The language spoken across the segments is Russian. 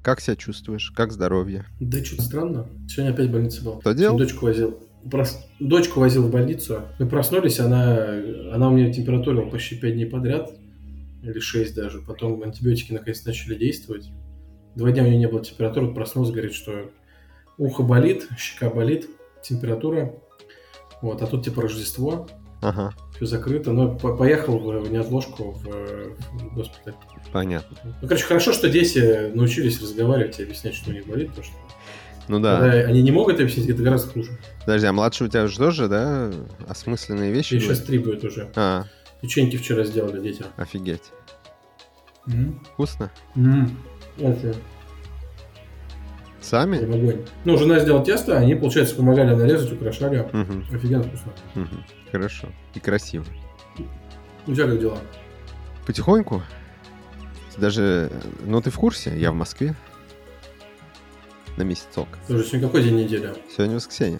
Как себя чувствуешь? Как здоровье? Да что-то странно. Сегодня опять в больнице был. Что делал? Дочку возил. Дочку возил в больницу. Мы проснулись, она у меня температурила почти 5 дней подряд. Или 6 даже. Потом антибиотики наконец начали действовать. 2 дня у нее не было температуры. Проснулась, говорит, что ухо болит, щека болит, температура. Вот, а тут типа Рождество. Ага. Все закрыто. Но поехал в неотложку в госпиталь. Понятно. Ну, короче, хорошо, что дети научились разговаривать и объяснять, что у них болит. Потому что Ну да. когда они не могут объяснить, это гораздо хуже. Подожди, а младший у тебя уже тоже, да? Осмысленные вещи? И сейчас 3 будет уже. Печеньки вчера сделали детям. Офигеть. Mm-hmm. Вкусно? Это Сами? огонь. Ну, жена сделала тесто, они, получается, помогали нарезать, украшали. Офигенно вкусно. Хорошо. И красиво. У тебя как дела? Потихоньку. Даже, ну ты в курсе, я в Москве. На месяцок. Тоже сегодня какой день недели? Сегодня воскресенье.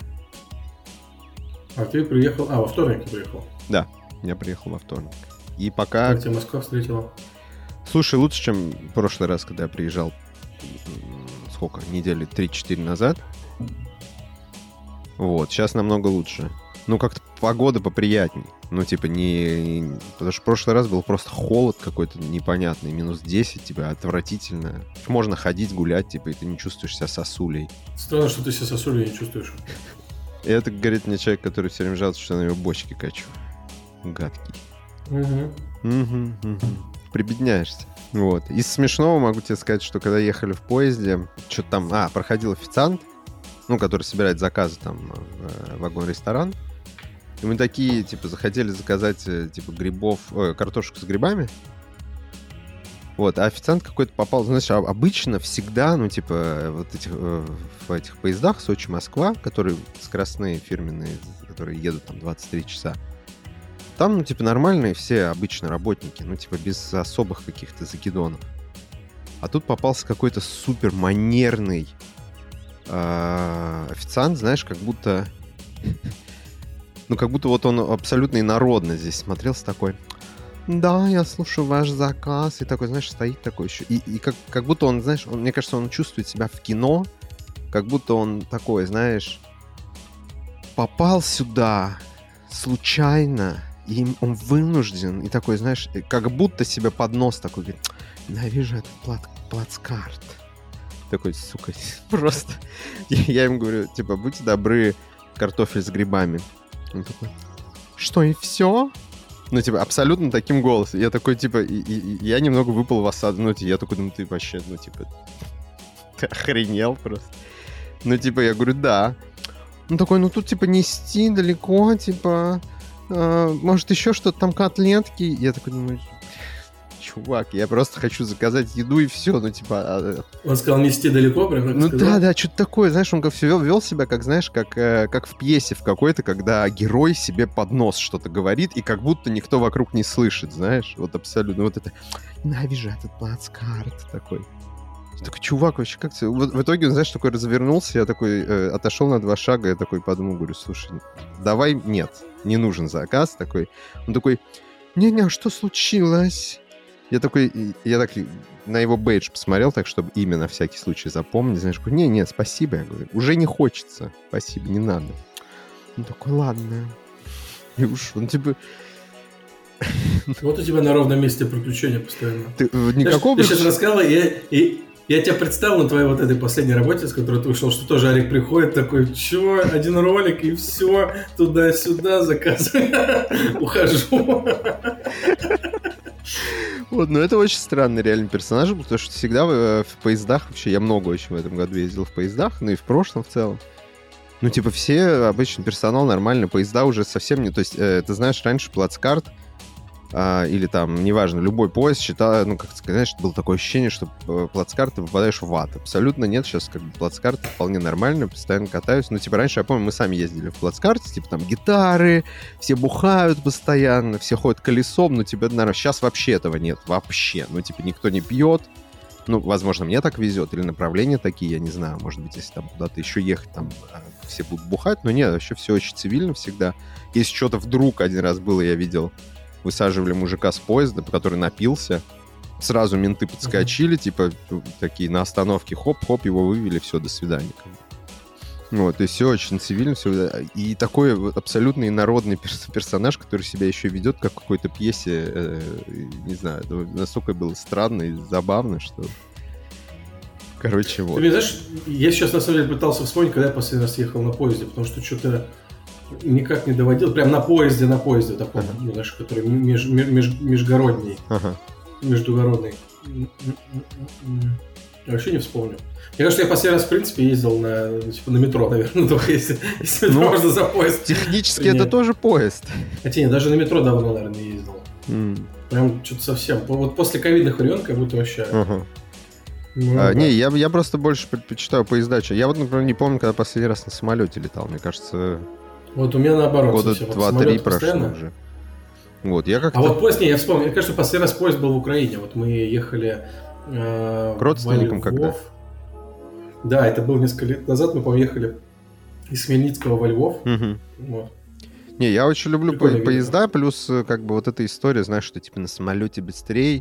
А ты приехал... во вторник ты приехал? Да, я приехал во вторник. И пока... Как тебя Москва встретила? Слушай, лучше, чем в прошлый раз, когда я приезжал, сколько, недели 3-4 назад. Вот, сейчас намного лучше. Ну, как-то погода поприятней. Ну, типа, не... Потому что в прошлый раз был просто холод какой-то непонятный. Минус 10, типа, отвратительно. Можно ходить, гулять, типа, и ты не чувствуешь себя сосулей. Странно, что ты себя сосулей не чувствуешь. И это говорит мне человек, который все время жалуется, что я на его бочке качу. Гадкий. Прибедняешься. Вот. Из смешного могу тебе сказать, что когда ехали в поезде, что-то там... проходил официант, ну, который собирает заказы там в вагон-ресторан. И мы такие, типа, захотели заказать, типа, картошку с грибами. Вот, а официант какой-то попал... Знаешь, обычно всегда, ну, типа, вот в этих поездах Сочи-Москва, которые скоростные, фирменные, которые едут там 23 часа, там, ну, типа, нормальные все обычно работники, ну, типа, без особых каких-то закидонов. А тут попался какой-то супер манерный официант, знаешь, как будто... Ну, как будто вот он абсолютно инородно здесь смотрелся такой. Да, я слушаю ваш заказ. И такой, знаешь, стоит такой еще. И как будто он, знаешь, мне кажется, он чувствует себя в кино. Как будто он такой, знаешь, попал сюда случайно. И он вынужден. И такой, знаешь, как будто себе под нос такой говорит: ненавижу этот плацкарт. Такой, сука, просто... Я им говорю, типа, будьте добры, картофель с грибами. Он такой, что, и все? Ну, типа, абсолютно таким голосом. Я такой, типа, и я немного выпал в осаду. Ну, я такой думаю, ты вообще, ну, типа, ты охренел просто. Ну, типа, я говорю, да. Он такой, ну, тут, типа, нести далеко, типа, может, еще что-то там, котлетки. Я такой думаю, чувак, я просто хочу заказать еду и все, ну, типа... Он сказал, нести далеко, прям так ну, сказал? Да, что-то такое, знаешь, он вел себя, как, знаешь, как в пьесе в какой-то, когда герой себе под нос что-то говорит, и как будто никто вокруг не слышит, знаешь, вот абсолютно, вот это, ненавижу этот плацкарт такой. Я такой, чувак, вообще как ты... В итоге, он, знаешь, такой развернулся, я такой отошел на 2 шага, я такой подумал, говорю, слушай, давай, нет, не нужен заказ такой. Он такой, не-не, что случилось? Я так на его бейдж посмотрел, так, чтобы имя на всякий случай запомнить. Знаешь, говорю, не, спасибо, я говорю, уже не хочется, спасибо, не надо. Он такой, ладно. И ушел. Он типа... Вот у тебя на ровном месте приключения постоянно. Ты сейчас рассказал, и я тебя представил на твоей вот этой последней работе, с которой ты ушел, что тоже Арик приходит такой, чё, один ролик, и все, туда-сюда, заказываю, ухожу. Вот, но это очень странный реально персонаж, потому что всегда в поездах, вообще, я много очень в этом году ездил в поездах, ну и в прошлом в целом. Ну, типа, все, обычный персонал нормально, поезда уже совсем не... То есть, ты знаешь, раньше плацкарт или там, неважно, любой поезд считал, ну, как сказать, знаешь, было такое ощущение, что плацкарт ты попадаешь в ад. Абсолютно нет, сейчас как бы плацкарт вполне нормально, постоянно катаюсь. Ну, типа, раньше, я помню, мы сами ездили в плацкарте, типа, там, гитары, все бухают постоянно, все ходят колесом, ну, типа, наверное, сейчас вообще этого нет, вообще. Ну, типа, никто не пьет. Ну, возможно, мне так везет, или направления такие, я не знаю, может быть, если там куда-то еще ехать, там все будут бухать, но нет, вообще все очень цивильно всегда. Если что-то вдруг один раз было, я видел, высаживали мужика с поезда, который напился, Сразу менты подскочили, типа, такие на остановке, хоп-хоп, его вывели, все, до свидания. Вот, и все очень цивильно, все. И такой вот абсолютно инородный персонаж, который себя еще ведет, как в какой-то пьесе, не знаю, настолько было странно и забавно, что... Короче, вот. Ты знаешь, я сейчас, на самом деле, пытался вспомнить, когда я последний раз ехал на поезде, потому что что-то никак не доводил. Прям на поезде таком, знаешь, который межгородний, междугородный. Я вообще не вспомню. Мне кажется, я последний раз, в принципе, ездил на метро, наверное, только если метро можно за поезд. Технически это тоже поезд. Хотя нет, даже на метро давно, наверное, не ездил. Прям что-то совсем. Вот после ковидных времен как будто вообще... Не, я просто больше предпочитаю поезда. Я вот, например, не помню, когда последний раз на самолете летал. Мне кажется... Вот у меня наоборот. Года 2-3 прошло уже. Вот, я как-то... А вот поезд, не, я вспомнил. Мне кажется, последний раз поезд был в Украине. Вот мы ехали... К родственникам когда? Да, это было несколько лет назад. Мы поехали из Хмельницкого во Львов. Вот. Не, я очень люблю поезда, плюс как бы вот эта история, знаешь, что типа на самолете быстрее.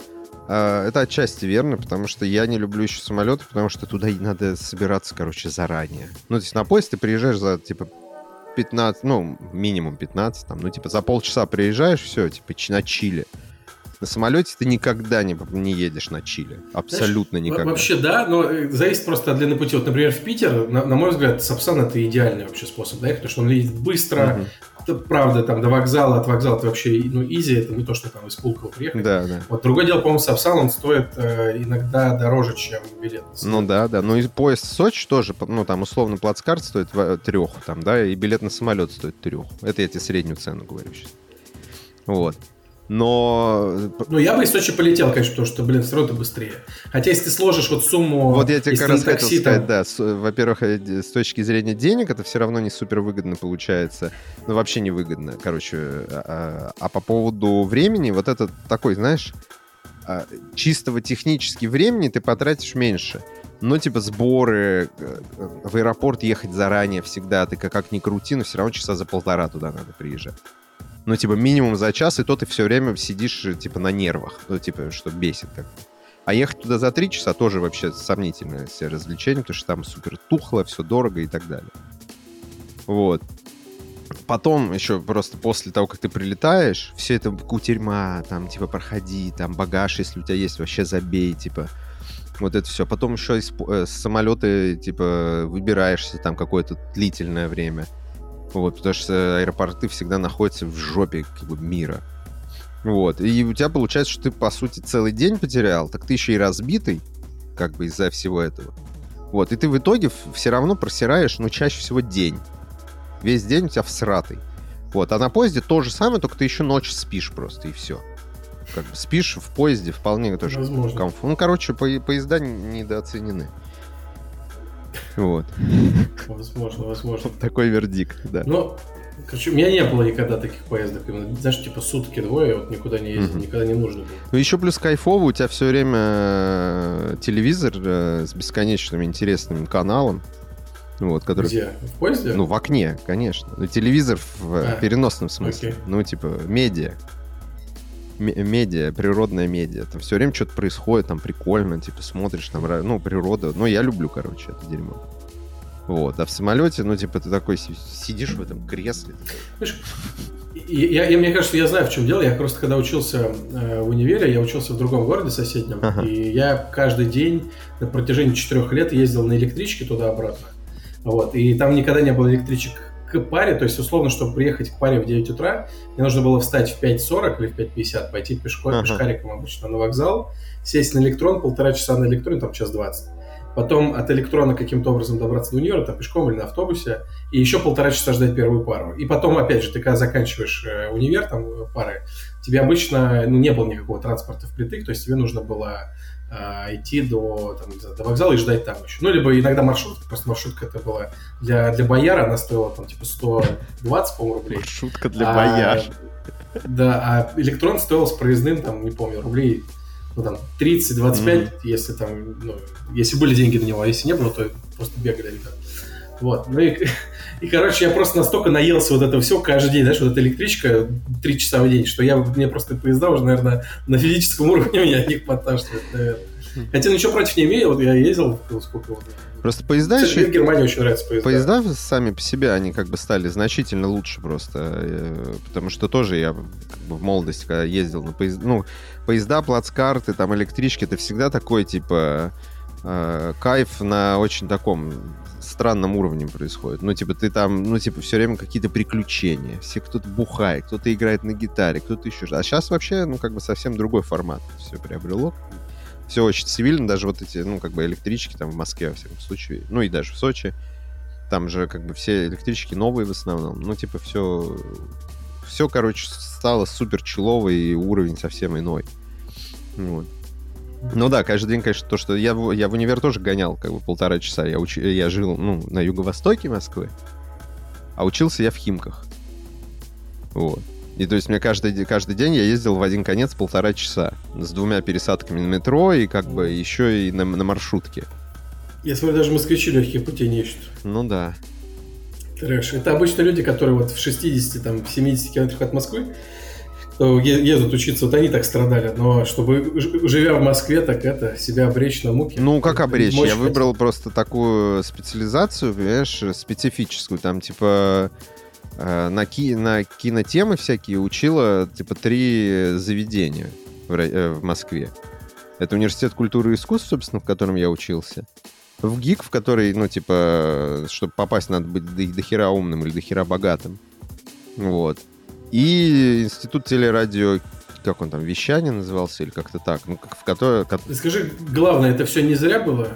Это отчасти верно, потому что я не люблю еще самолеты, потому что туда надо собираться, короче, заранее. Ну, то есть на поезд ты приезжаешь за, типа, 15, ну, минимум 15, там, ну, типа, за полчаса приезжаешь, все, типа, на чиле. На самолете ты никогда не едешь на чиле. Абсолютно никогда. Вообще, да, но зависит просто от длины пути. Вот, например, в Питер, на мой взгляд, Сапсан — это идеальный вообще способ доехать, потому что он едет быстро. Правда, там до вокзала, от вокзала это вообще, ну, изи, это не то, что там из Пулково приехать. Да. Вот другое дело, по-моему, Сапсан, он стоит иногда дороже, чем билет. Ну да. Ну и поезд в Сочи тоже, ну там условно плацкарт стоит 3, там, да, и билет на самолет стоит 3. Это я тебе среднюю цену говорю сейчас. Вот. Но... Ну, я бы из Сочи полетел, конечно, потому что, блин, все равно это быстрее. Хотя, если ты сложишь вот сумму... Вот я тебе как раз хотел сказать, там... да. Во-первых, с точки зрения денег это все равно не супер выгодно получается. Ну, вообще не выгодно, короче. А по поводу времени, вот это такой, знаешь, чистого технически времени ты потратишь меньше. Но, типа, сборы, в аэропорт ехать заранее всегда, ты как ни крути, но все равно часа за 1,5 туда надо приезжать. Ну, типа, минимум за час, и то ты все время сидишь, типа, на нервах. Ну, типа, что бесит как-то. А ехать туда за 3 часа тоже вообще сомнительное себе развлечение, потому что там супер тухло, все дорого и так далее. Вот. Потом еще просто после того, как ты прилетаешь, все это кутерьма, там, типа, проходи, там, багаж, если у тебя есть, вообще забей, типа... Вот это все. Потом еще с самолета, типа, выбираешься там какое-то длительное время. Вот, потому что аэропорты всегда находятся в жопе как бы мира. Вот. И у тебя получается, что ты, по сути, целый день потерял, так ты еще и разбитый, как бы из-за всего этого. Вот. И ты в итоге все равно просираешь, ну, чаще всего день. Весь день у тебя всратый. Вот. А на поезде то же самое, только ты еще ночь спишь просто, и все. Как бы спишь в поезде вполне тоже комфортно. Ну, короче, поезда недооценены. Вот. Возможно. Такой вердикт, да. Ну, короче, у меня не было никогда таких поездок. Знаешь, типа сутки-двое, вот никуда не ездил, никогда не нужно было. Ну, еще плюс кайфово, у тебя все время телевизор с бесконечным интересным каналом. Вот, который... Где? В поезде? Ну, в окне, конечно. Но телевизор в переносном смысле. Окей. Ну, типа, медиа, природная медиа. Там все время что-то происходит, там прикольно, типа смотришь, там, ну, природа. Ну, я люблю, короче, это дерьмо. Вот. А в самолете, ну, типа, ты такой сидишь в этом кресле. Мне кажется, я знаю, в чем дело. Я просто, когда учился в универе, я учился в другом городе соседнем, и я каждый день на протяжении 4 лет ездил на электричке туда-обратно. Вот. И там никогда не было электричек к паре, то есть, условно, чтобы приехать к паре в 9 утра, мне нужно было встать в 5:40 или в 5:50, пойти пешкариком обычно на вокзал, сесть на электрон, 1,5 часа на электроне, там 1:20. Потом от электрона каким-то образом добраться до универа, там пешком или на автобусе, и еще 1,5 часа ждать первую пару. И потом, опять же, ты когда заканчиваешь универ, там пары, тебе обычно, ну, не было никакого транспорта впритык, то есть тебе нужно было идти до вокзала и ждать там еще. Ну, либо иногда маршрутка, просто маршрутка это была для бояр, она стоила там типа 120, по-моему, рублей. Маршрутка для бояр. Да, а электрон стоил с проездным, там, не помню, рублей, ну, там, 30-25, если там, ну, если были деньги на него, а если не было, то просто бегали. Вот. Ну и, короче, я просто настолько наелся вот этого всего каждый день, знаешь, вот эта электричка 3 часа в день, что мне просто поезда уже, наверное, на физическом уровне меня от них подташнивает, наверное. Хотя ничего против не имею, вот я ездил, сколько вот. Просто поезда Кстати, еще... мне в Германии очень нравятся поезда. Поезда сами по себе, они как бы стали значительно лучше просто. Потому что тоже я как бы в молодости, когда ездил на поезда, плацкарты, там электрички, это всегда такой, типа, кайф на очень таком странном уровне происходит. Ну, типа, ты там, ну, типа, все время какие-то приключения. Все кто-то бухает, кто-то играет на гитаре, кто-то еще... А сейчас вообще, ну, как бы совсем другой формат все приобрело. Все очень цивильно, даже вот эти, ну, как бы электрички там в Москве, во всяком случае, ну, и даже в Сочи, там же как бы все электрички новые в основном, ну, типа, все, короче, стало супер чилово, и уровень совсем иной. Вот. Ну да, каждый день, конечно, то, что я в универ тоже гонял, как бы 1,5 часа, я жил, ну, на юго-востоке Москвы, а учился я в Химках. Вот. И то есть мне каждый день я ездил в один конец 1,5 часа с 2 пересадками на метро и как бы еще и на маршрутке. Я смотрю, даже москвичи легких путей не ищут. Ну да. Трэш. Это обычно люди, которые вот в 60, там, 70 километрах от Москвы едут учиться, вот они так страдали. Но чтобы, живя в Москве, так это, себя обречь на муки. Ну, как обречь? Я выбрал хотел. просто такую специализацию, понимаешь, специфическую. Там, типа, на кинотемы всякие учила, типа, 3 заведения в Москве. Это университет культуры и искусств, собственно, в котором я учился. В ГИК, в который, ну, типа, чтобы попасть, надо быть дохера умным или дохера богатым. Вот. И институт телерадио, как он там, вещание назывался или как-то так. Ну, в который... Скажи, главное, это все не зря было?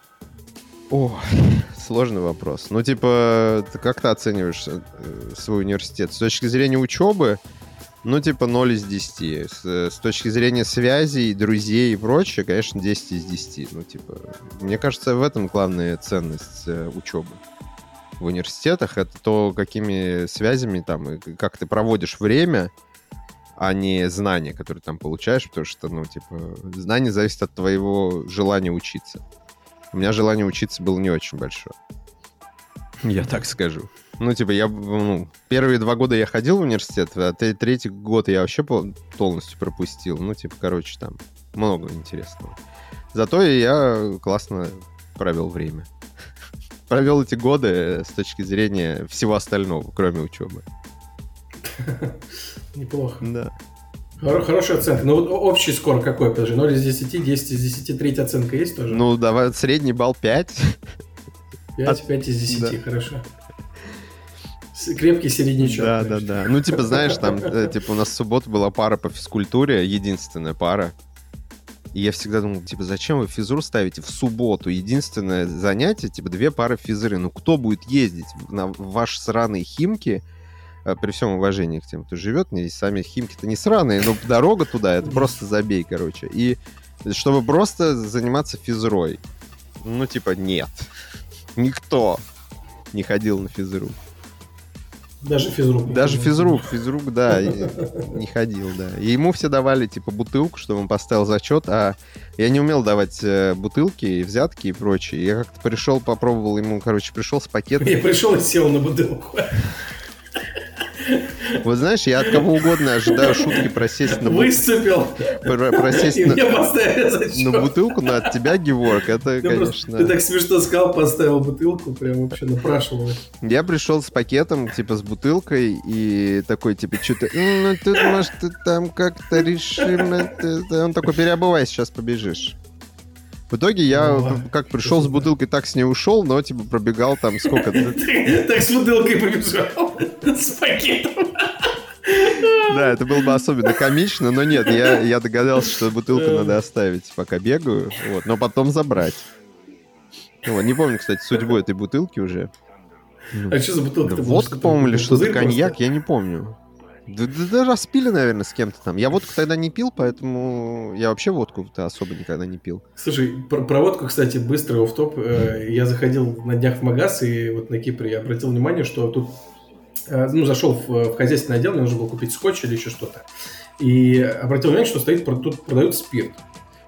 О, сложный вопрос. Ну, типа, как ты оцениваешь свой университет? С точки зрения учебы, ну, типа, 0 из 10. С точки зрения связей, друзей и прочее, конечно, 10 из 10. Ну, типа, мне кажется, в этом главная ценность учебы в университетах. Это то, какими связями там, и как ты проводишь время, а не знания, которые там получаешь, потому что, ну, типа, знания зависят от твоего желания учиться. У меня желание учиться было не очень большое. Я так скажу. Ну, типа, первые 2 года я ходил в университет, а 3-й год я вообще полностью пропустил. Ну, типа, короче, там много интересного. Зато я классно провел время. Провел эти годы с точки зрения всего остального, кроме учебы. Неплохо. Да. Хорошая оценка. Ну, вот общий скор какой? Подожди, 0 из 10, 10 из 10, третья оценка есть тоже? Ну, давай, средний балл 5. 5 из 10, да. Хорошо. Крепкий середнячок. Да. Ну, типа, знаешь, там, типа, у нас в субботу была пара по физкультуре, единственная пара. И я всегда думал, типа, зачем вы физру ставите в субботу? Единственное занятие, типа, 2 пары физры. Ну, кто будет ездить в ваши сраные Химки, при всем уважении к тем, кто живет, сами Химки-то не сраные, но дорога туда, это просто забей, короче. И чтобы просто заниматься физрой. Ну, типа, нет. Никто не ходил на физру. Даже физрук. Даже физрук, да, не ходил, да. И ему все давали, типа, бутылку, чтобы он поставил зачет, а я не умел давать бутылки, взятки и прочее. Я как-то пришел, попробовал ему, пришел с пакетом. Я пришел и сел на бутылку. Вот знаешь, я от кого угодно ожидаю шутки просесть на Высыпал. Просесть и мне поставили зачет. на бутылку, но от тебя, Геворг, это, конечно... Ты так смешно сказал, поставил бутылку, прям вообще напрашивал. Я пришел с пакетом, типа, с бутылкой, и такой, типа, что-то, ну, тут, может, ты там как-то решим... Он такой, переобувай, сейчас побежишь. В итоге я как пришел с бутылкой, так с ней ушел, но, типа, пробегал там сколько... Так с бутылкой побежал, с пакетом. Да, это было бы особенно комично, но нет, я догадался, что бутылку надо оставить, пока бегаю, вот, но потом забрать. Вот, не помню, кстати, судьбу этой бутылки уже. А что за бутылка? Водка, по-моему, или что-то, коньяк, я не помню. Да распили, наверное, с кем-то там. Я водку тогда не пил, поэтому я вообще водку-то особо никогда не пил. Слушай, про водку, кстати, быстрый офф-топ. Я заходил на днях в магаз, и вот на Кипре я обратил внимание, что тут зашел в хозяйственный отдел, мне нужно было купить скотч или еще что-то. И обратил внимание, что тут продают спирт.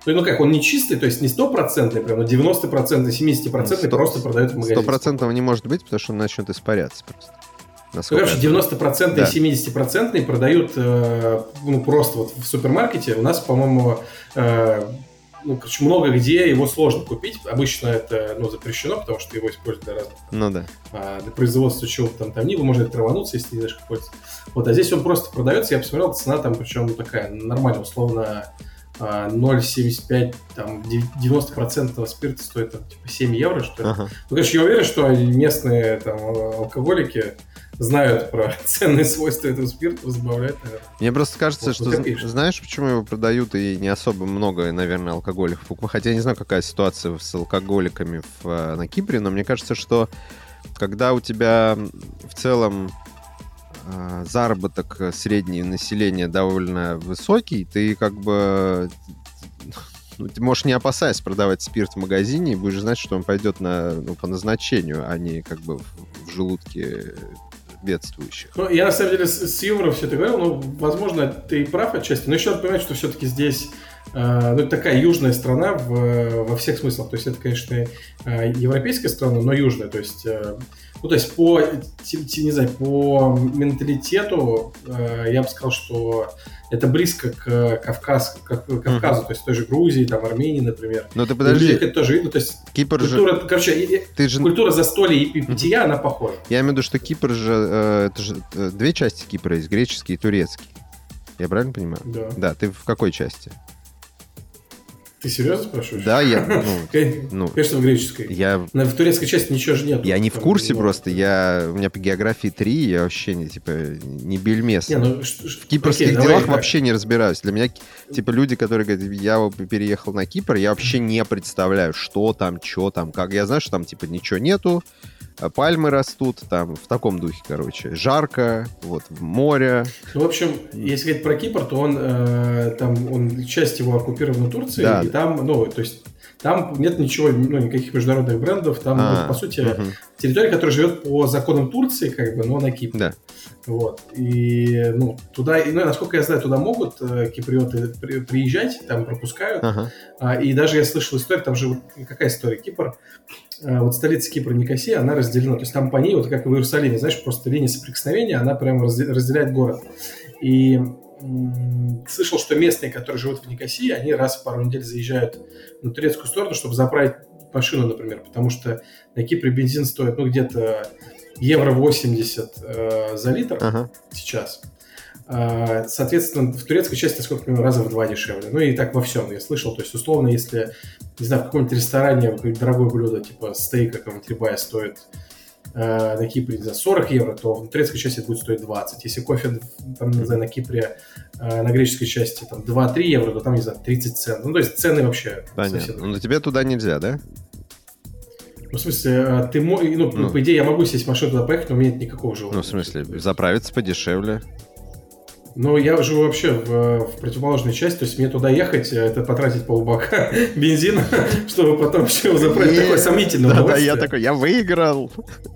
Ну как, он не чистый, то есть не 100%, прям, но 90%, 70% просто продают в магазине. 100% не может быть, потому что он начнет испаряться просто. Короче, 90% и 70% продают просто вот в супермаркете. У нас, по-моему, много где его сложно купить. Обычно это запрещено, потому что его используют для разных для производства чего-то там ни, может травануться, если не знаешь, как пользоваться. Вот, а здесь он просто продается. Я посмотрел, цена там, причем такая нормальная, условно 0,75, там 90% спирта стоит там, типа 7 евро, что ли. Ну, конечно, я уверен, что местные там алкоголики знают про ценные свойства этого спирта, забавляют, наверное. Мне просто кажется, что знаешь, почему его продают и не особо много, наверное, алкоголиков. Хотя я не знаю, какая ситуация с алкоголиками на Кипре, но мне кажется, что когда у тебя в целом заработок среднего населения довольно высокий, ты как бы ты можешь, не опасаясь, продавать спирт в магазине, и будешь знать, что он пойдет по назначению, а не как бы в желудке бедствующих. Ну, я на самом деле с юмором все это говорил, возможно, ты и прав отчасти, но еще надо понимать, что все-таки здесь это такая южная страна во всех смыслах. То есть это, конечно, европейская страна, но южная. То есть, по менталитету я бы сказал, что это близко к Кавказу, то есть той же Грузии, там, Армении, например. Но ты подожди. Это тоже, то есть Кипр культура, культура застолья и питья, она похожа. Я имею в виду, что Кипр же, это же две части Кипра есть, греческий и турецкий. Я правильно понимаю? Да. Да, ты в какой части? Ты серьезно спрашиваешь? Да, конечно, в греческой. В турецкой части ничего же нет. Я не в курсе просто. У меня по географии 3, я вообще не бельмес. В кипрских делах вообще не разбираюсь. Для меня, люди, которые говорят, я переехал на Кипр, я вообще не представляю, что там, как. Я знаю, что там, ничего нету, пальмы растут, там, в таком духе, короче. Жарко, море. В общем, если говорить про Кипр, то часть его оккупирована Турцией, да. И там, там нет ничего, никаких международных брендов, там, по сути, территория, которая живет по законам Турции, но на Кипре. Да. Вот. И, туда, насколько я знаю, туда могут киприоты приезжать, там пропускают. И даже я слышал историю, там же, какая история, Кипр, столица Кипра, Никосия, она разделена, то есть там по ней, как и в Иерусалиме, знаешь, просто линия соприкосновения, она прямо разделяет город. И слышал, что местные, которые живут в Никосии, они раз в пару недель заезжают на турецкую сторону, чтобы заправить машину, например, потому что на Кипре бензин стоит, где-то евро 80 за литр сейчас. Соответственно, в турецкой части, насколько я понимаю, раза в 2 дешевле. И так во всем, я слышал. То есть, условно, если, не знаю, в каком-нибудь ресторане какое-нибудь дорогое блюдо, типа стейка какого-нибудь рибая стоит на Кипре, не знаю, 40 евро, то в турецкой части это будет стоить 20. Если кофе, там, не знаю, на Кипре, на греческой части, там, 2-3 евро, то там, не знаю, 30 центов. То есть, цены вообще... Понятно. Но тебе туда нельзя, да? В смысле, по идее, я могу сесть в машину туда поехать, но у меня нет никакого желания. В смысле, заправиться подешевле? Я живу вообще в противоположной части, то есть мне туда ехать, это потратить полбака бензина, чтобы потом все заправить. Такое сомнительное удовольствие. Да, я такой, я выиграл.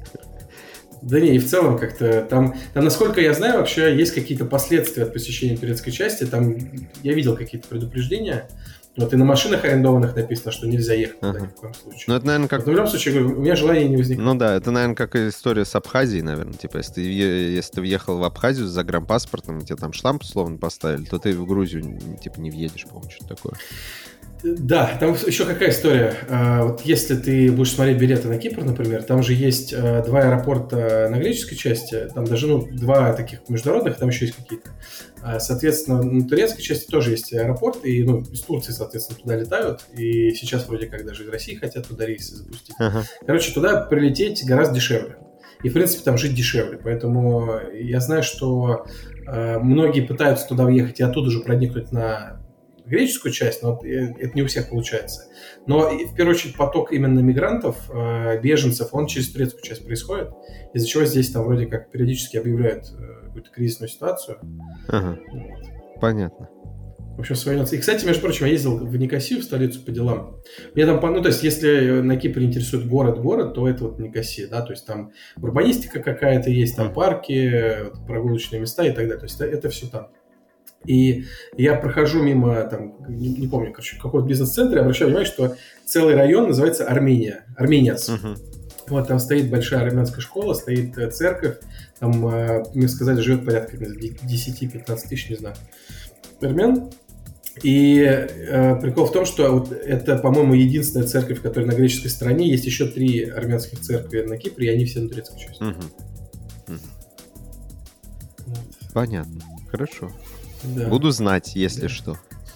Да не, и в целом как-то там, насколько я знаю, вообще есть какие-то последствия от посещения турецкой части. Там я видел какие-то предупреждения. И на машинах арендованных написано, что нельзя ехать туда ни в коем случае. Это, наверное, как... В любом случае, говорю, у меня желания не возникает. Да, это, наверное, как история с Абхазией, наверное. Если ты въехал в Абхазию с загранпаспортом, тебе там штамп условно поставили, то ты в Грузию, не въедешь, по-моему, что-то такое. Да, там еще какая история. Если ты будешь смотреть билеты на Кипр, например, там же есть 2 аэропорта на греческой части, там даже 2 таких международных, там еще есть какие-то. Соответственно, на турецкой части тоже есть аэропорт, и из Турции, соответственно, туда летают, и сейчас вроде как даже из России хотят туда рейсы запустить. Короче, туда прилететь гораздо дешевле. И, в принципе, там жить дешевле. Поэтому я знаю, что многие пытаются туда уехать и оттуда же проникнуть на греческую часть, но это не у всех получается. Но в первую очередь поток именно мигрантов, беженцев, он через турецкую часть происходит, из-за чего здесь там вроде как периодически объявляют какую-то кризисную ситуацию. Понятно. В общем, свои нюансы. И, кстати, между прочим, я ездил в Никосию, в столицу, по делам. Мне там, то есть, если на Кипре интересует город, то это Никосия, да, то есть там урбанистика какая-то есть, там парки, прогулочные места и так далее. То есть это все там. И я прохожу мимо, там, не помню, короче, какого-то бизнес-центра, и обращаю внимание, что целый район называется Армения, Арменец. Вот там стоит большая армянская школа, стоит церковь, там, мне сказали, живет порядка 10-15 тысяч, не знаю, армян. И прикол в том, что вот это, по-моему, единственная церковь, которая на греческой стороне. Есть еще 3 армянских церкви на Кипре, и они все на турецкой части. Вот. Понятно. Хорошо. Да. Буду знать, если что.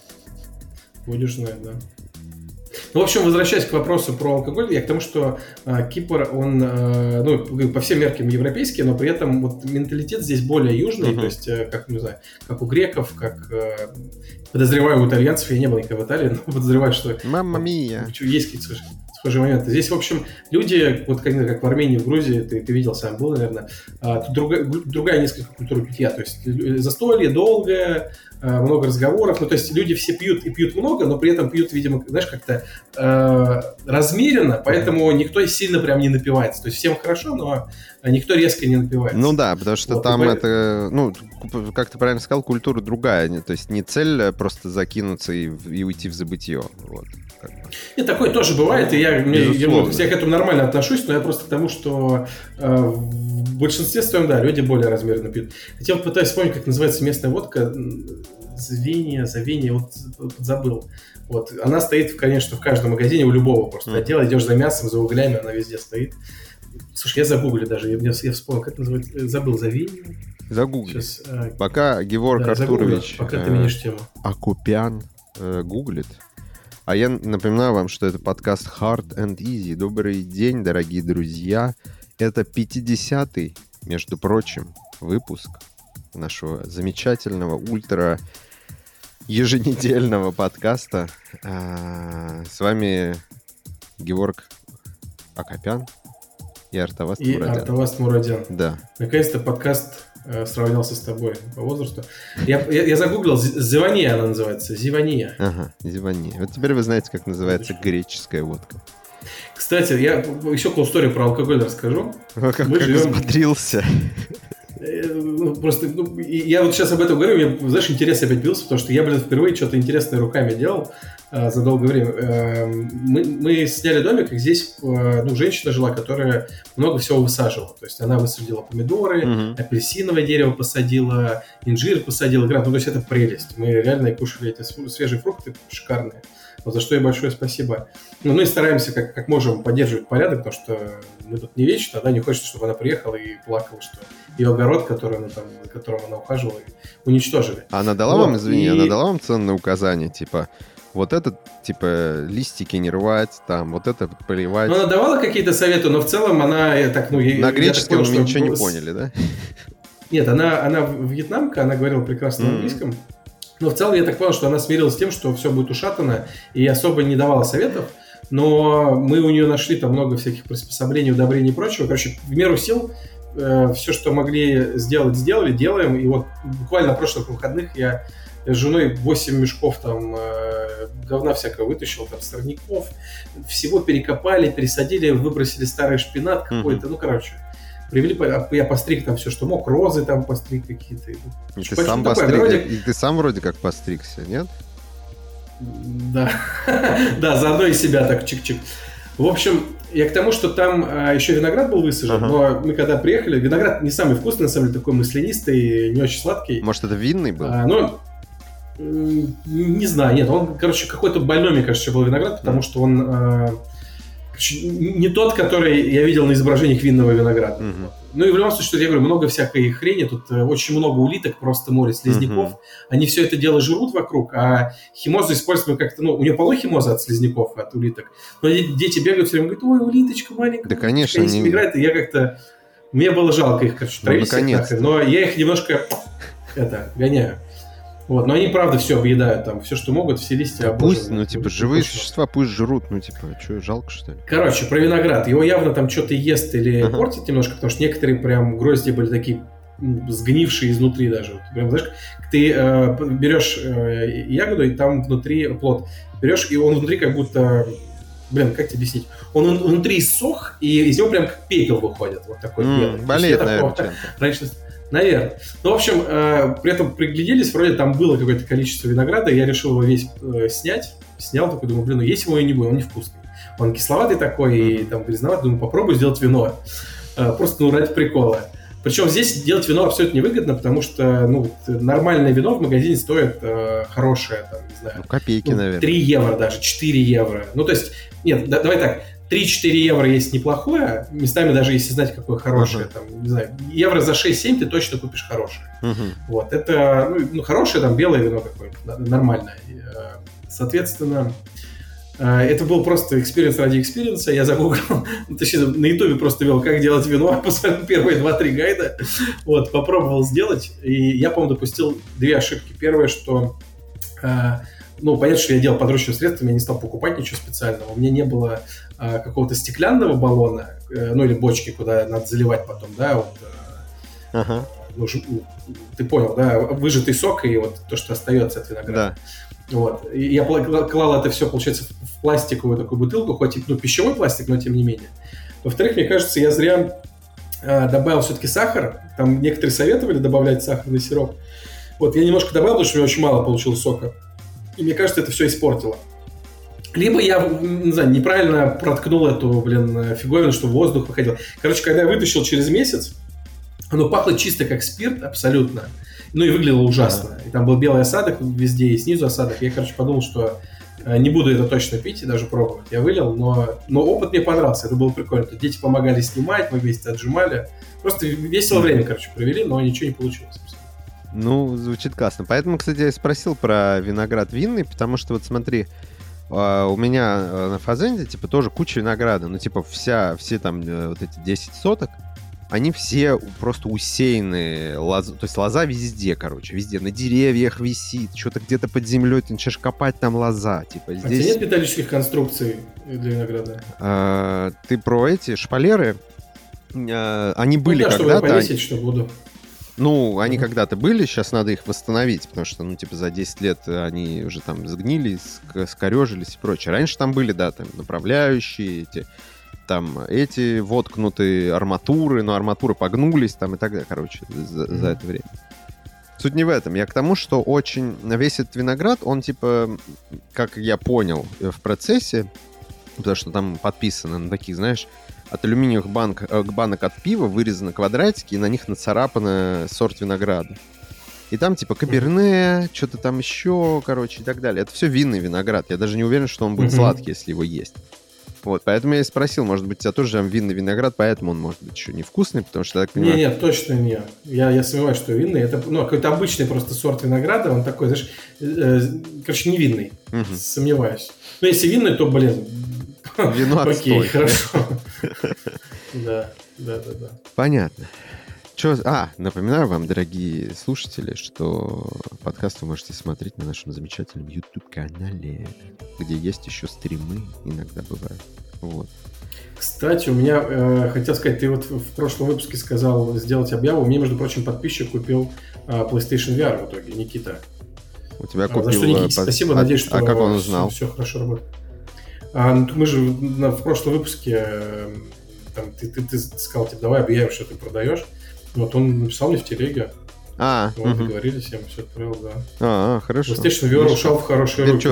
Будешь знать, да. Ну, в общем, возвращаясь к вопросу про алкоголь, я к тому, что Кипр, он, по всем меркам европейский, но при этом вот менталитет здесь более южный, то есть, как, не знаю, как у греков, как, подозреваю, у итальянцев, я не был никогда в Италии, но подозреваю, что... Мамма мия! Есть какие-то схожие моменты. Здесь, в общем, люди, вот как в Армении, в Грузии, ты видел, сам был, наверное, тут другая несколько культура питья, то есть застолье долгое, много разговоров, ну, то есть люди все пьют и пьют много, но при этом пьют, видимо, знаешь, как-то размеренно, поэтому никто сильно прям не напивается. То есть всем хорошо, но никто резко не напивается. Ну да, потому что вот, там это, ну, как ты правильно сказал, культура другая, то есть не цель просто закинуться и уйти в забытье, вот. Нет, такое тоже бывает, и я к этому нормально отношусь, но я просто к тому, что в большинстве своем, да, люди более размеренно пьют. Хотя вот пытаюсь вспомнить, как называется местная водка, Завения, вот забыл. Вот, она стоит, конечно, в каждом магазине, у любого просто отдела, идешь за мясом, за углями, она везде стоит. Слушай, я загуглю даже, я вспомнил, как это называется, забыл, Завения. Загугли. Пока Геворг Артурович пока ты меняешь тему. Акупян гуглит. А я напоминаю вам, что это подкаст Hard and Easy. Добрый день, дорогие друзья. Это 50-й, между прочим, выпуск нашего замечательного ультра еженедельного подкаста. С вами Геворг Акопян и Артаваст Мурадян. Артаваст Мурадян. Да. Наконец-то подкаст сравнялся с тобой по возрасту. Я загуглил, Зивания она называется, Зивания. Ага, Зивания. Вот теперь вы знаете, как называется греческая водка. Кстати, я еще историю про алкоголь расскажу. Как взбодрился. Просто, я вот сейчас об этом говорю, мне, знаешь, интерес опять бился, потому что я, впервые что-то интересное руками делал за долгое время. Мы сняли домик, и здесь женщина жила, которая много всего высаживала. То есть она высадила помидоры, апельсиновое дерево посадила, инжир посадила, гранат. Ну, то есть это прелесть. Мы реально кушали эти свежие фрукты шикарные. Вот за что ей большое спасибо. Ну, мы стараемся как можем поддерживать порядок, потому что мы тут не вечно, да, не хочется, чтобы она приехала и плакала, что ее огород, которым она ухаживала, уничтожили. А она дала вам, извини, она дала вам ценные указания, типа, вот это, типа, листики не рвать, там, вот это поливать. Ну, она давала какие-то советы, но в целом она так, на греческом мы ничего не поняли, да? Нет, она вьетнамка, она говорила прекрасно на английском. Но в целом я так понял, что она смирилась с тем, что все будет ушатано, и особо не давала советов. Но мы у нее нашли там много всяких приспособлений, удобрений и прочего. Короче, в меру сил все, что могли сделать, сделали, делаем. И вот буквально на прошлых выходных я с женой 8 мешков там говна всякого вытащил, там сорняков. Всего перекопали, пересадили, выбросили старый шпинат какой-то. Ну, короче, привели, я постриг там все, что мог, розы там постриг какие-то. И ты сам постриг, и ты сам вроде как постригся, нет? Да, да, заодно и себя так чик-чик. В общем, я к тому, что там еще виноград был высажен, но мы когда приехали, виноград не самый вкусный, на самом деле, такой маслянистый, не очень сладкий. Может, это винный был? Не знаю, нет, он, короче, какой-то больной, мне кажется, был виноград, потому что он не тот, который я видел на изображениях винного винограда. Ну и в любом случае, что я говорю, много всякой хрени, тут очень много улиток, просто море слизняков. Они все это дело жрут вокруг, а химозу используем как-то, у нее полно химоза от слизняков, от улиток. Но дети бегают все время, говорят, ой, улиточка маленькая. Да, конечно. Они с ними играют, и я как-то... Мне было жалко их, короче, травить всех, но я их немножко гоняю. Вот, но они, правда, все объедают, там, все, что могут, все листья обожжены. Пусть, живые существа пусть жрут, что, жалко, что ли? Короче, про виноград. Его явно там что-то ест или портит немножко, потому что некоторые прям грозди были такие сгнившие изнутри даже. Прям, знаешь, ты берешь ягоду, и там внутри плод. Берешь, и он внутри как будто... как тебе объяснить? Он внутри иссох, и из него прям как пепел выходит. Вот такой белый. Болеет, наверное, чем-то. Раньше... Наверное. Ну, в общем, при этом пригляделись, вроде там было какое-то количество винограда, я решил его весь снять. Снял такой, думаю, блин, ну есть его и не будет, он невкусный. Он кисловатый такой, и там грязноватый, думаю, попробую сделать вино. Просто, ну, ради прикола. Причем здесь делать вино абсолютно невыгодно, потому что, ну, нормальное вино в магазине стоит хорошее, там, не знаю. Ну, копейки, наверное. 3 евро даже, 4 евро. Ну, то есть, нет, давай так, 3-4 евро есть неплохое, местами даже если знать, какое хорошее, там, не знаю, евро за 6-7 ты точно купишь хорошее. Вот, это, ну, хорошее, там, белое вино какое-нибудь, нормальное. Соответственно, это был просто экспириенс ради экспириенса. Я загуглил, точнее, на ютубе просто вел, как делать вино, посмотрел первые 2-3 гайда, вот, попробовал сделать, и я, по-моему, допустил 2 ошибки. Первое, что, ну, понятно, что я делал подручными средствами, я не стал покупать ничего специального, у меня не было какого-то стеклянного баллона, ну, или бочки, куда надо заливать потом, да, вот, ну, ты понял, да, выжатый сок и вот то, что остается от винограда. Да. Вот. И я клал это все, получается, в пластиковую такую бутылку, хоть и, ну, пищевой пластик, но тем не менее. Во-вторых, мне кажется, я зря добавил все-таки сахар. Там некоторые советовали добавлять сахарный сироп. Вот, я немножко добавил, потому что у меня очень мало получилось сока. И мне кажется, это все испортило. Либо я, не знаю, неправильно проткнул эту, фиговину, что воздух выходил. Короче, когда я вытащил через месяц, оно пахло чисто как спирт, абсолютно. Ну и выглядело ужасно. И там был белый осадок везде, и снизу осадок. Я, подумал, что не буду это точно пить и даже пробовать. Я вылил, но опыт мне понравился. Это было прикольно. Тут дети помогали снимать, мы вместе отжимали. Просто весело время, провели, но ничего не получилось. Ну, звучит классно. Поэтому, кстати, я спросил про виноград винный, потому что вот смотри, у меня на Фазенде, тоже куча винограда. Ну, все там вот эти 10 соток, они все просто усеяны лозой. То есть лоза везде, везде. На деревьях висит, что-то где-то под землей, ты начинаешь копать, там лоза. Здесь... А тебе нет металлических конструкций для винограда? Ты про эти шпалеры? Они были когда-то... чтобы повесить, что буду. Ну, они когда-то были, сейчас надо их восстановить, потому что, за 10 лет они уже там сгнили, скорежились и прочее. Раньше там были, да, там направляющие, эти воткнутые арматуры, но арматуры погнулись там и так далее, за это время. Суть не в этом. Я к тому, что очень весь этот виноград, он как я понял в процессе, потому что там подписано на таких, знаешь, от алюминиевых банок от пива вырезаны квадратики, и на них нацарапано сорт винограда. И там каберне, что-то там еще, и так далее. Это все винный виноград. Я даже не уверен, что он будет сладкий, если его есть. Вот, поэтому я и спросил, может быть, у тебя тоже там винный виноград, поэтому он может быть еще невкусный, потому что я так понимаю... Нет, точно нет. Я сомневаюсь, что винный. Это какой-то обычный просто сорт винограда, он такой, знаешь, не винный. Сомневаюсь. Но если винный, то, вино отстой. Окей, хорошо. Да. Понятно. Напоминаю вам, дорогие слушатели, что подкаст вы можете смотреть на нашем замечательном YouTube-канале, где есть еще стримы, иногда бывают. Вот. Кстати, у меня, хотел сказать, ты вот в прошлом выпуске сказал сделать объяву. Мне, между прочим, подписчик купил PlayStation VR в итоге, Никита. У тебя купил... За что, Никите, спасибо, надеюсь, что как он узнал? Все хорошо работает. Мы же в прошлом выпуске ты сказал, давай объявим, что ты продаешь. Вот он написал мне в телеге. Договорились, я ему все отправил, да. Хорошо. PlayStation VR ушел в хорошие руки,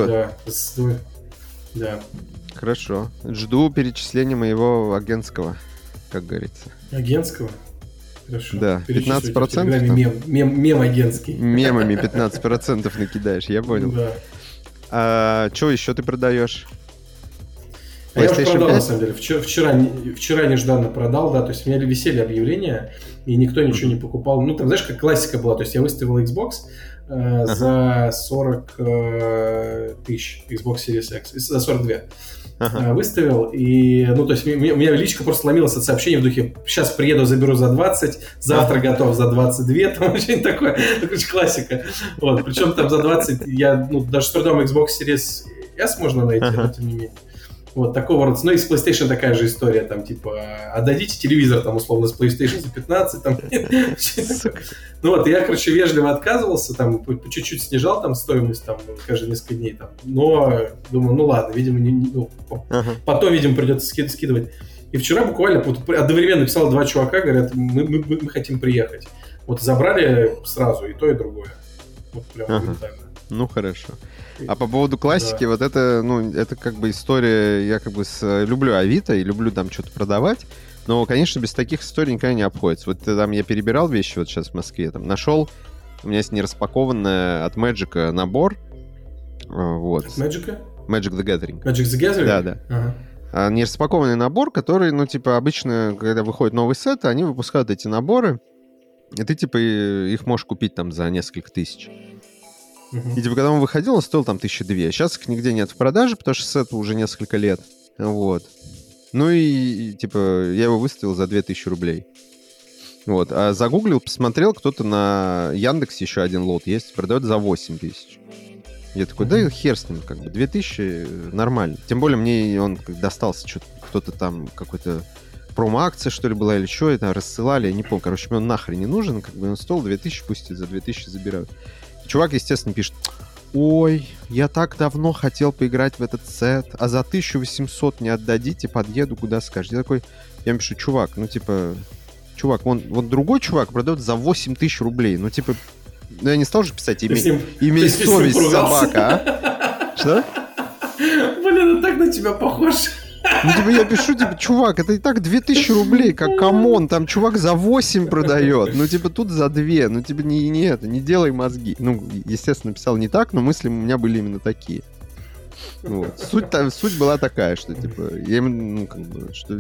да. Хорошо. Жду перечисления моего агентского, как говорится. Агентского? Хорошо. Да, 15%. Мем агентский. Мемами 15% накидаешь, я понял. Да. Что еще ты продаешь? Я уже продал, 5? На самом деле. Вчера нежданно продал, да, то есть у меня висели объявления, и никто ничего не покупал. Ну, там, знаешь, как классика была, то есть я выставил Xbox за 40 тысяч, Xbox Series X, за 42. Выставил, и, то есть у меня личка просто ломилась от сообщений в духе: сейчас приеду, заберу за 20, завтра готов за 22, там что-нибудь такое, классика. Вот, причем там за 20 я, даже с трудом Xbox Series S можно найти, но тем не менее. Вот, такого рода. Ну, и с PlayStation такая же история, там, отдадите телевизор, там, условно, с PlayStation за 15, там, ну, вот, я, вежливо отказывался, там, по чуть-чуть снижал, там, стоимость, там, каждые несколько дней, там, но, думаю, ладно, видимо, потом, видимо, придется скидывать. И вчера буквально одновременно писал 2 чувака, говорят, мы хотим приехать. Вот забрали сразу и то, и другое. Вот прям моментально. Ну, хорошо. А по поводу классики, вот это, ну, это как бы история, я как бы люблю Авито и люблю там что-то продавать, но, конечно, без таких историй никогда не обходится. Вот там я перебирал вещи вот сейчас в Москве, там нашел, у меня есть нераспакованный от Magic набор. Вот. От Magic? Magic the Gathering. Magic the Gathering? Да. Ага. Нераспакованный набор, который, ну, типа, обычно, когда выходит новый сет, они выпускают эти наборы, и ты, типа, их можешь купить там за несколько тысяч. И, типа, когда он выходил, он стоил там 1200. Сейчас их нигде нет в продаже, потому что сету уже несколько лет. Вот. Ну и, типа, я его выставил за 2000 рублей. Вот. А загуглил, посмотрел, кто-то на Яндексе еще один лот есть, продает за 8000. Я такой, да хер с ним, как бы, 2000 нормально. Тем более мне он достался, что-то кто-то там, какой-то промо-акция, что ли, была, или что, это рассылали, я не помню. Короче, мне он нахрен не нужен, как бы он стоил 2000, пусть за 2000 забирают. Чувак, естественно, пишет: ой, я так давно хотел поиграть в этот сет, а за 1800 не отдадите, подъеду, куда скажете. Я такой, я ему пишу: чувак, ну, типа, чувак, вот другой чувак продает за 8000 рублей, ну, типа, ну, я не стал же писать, имей совесть, собака, а? Что? Блин, он так на тебя похож. Ну, типа, я пишу, типа, чувак, это и так 2000 рублей, как камон, там чувак за 8 продает, ну, типа, тут за 2, ну, типа, не делай мозги. Ну, естественно, писал не так, но мысли у меня были именно такие. Вот. Суть была такая, что, типа, я ему, ну, как бы, что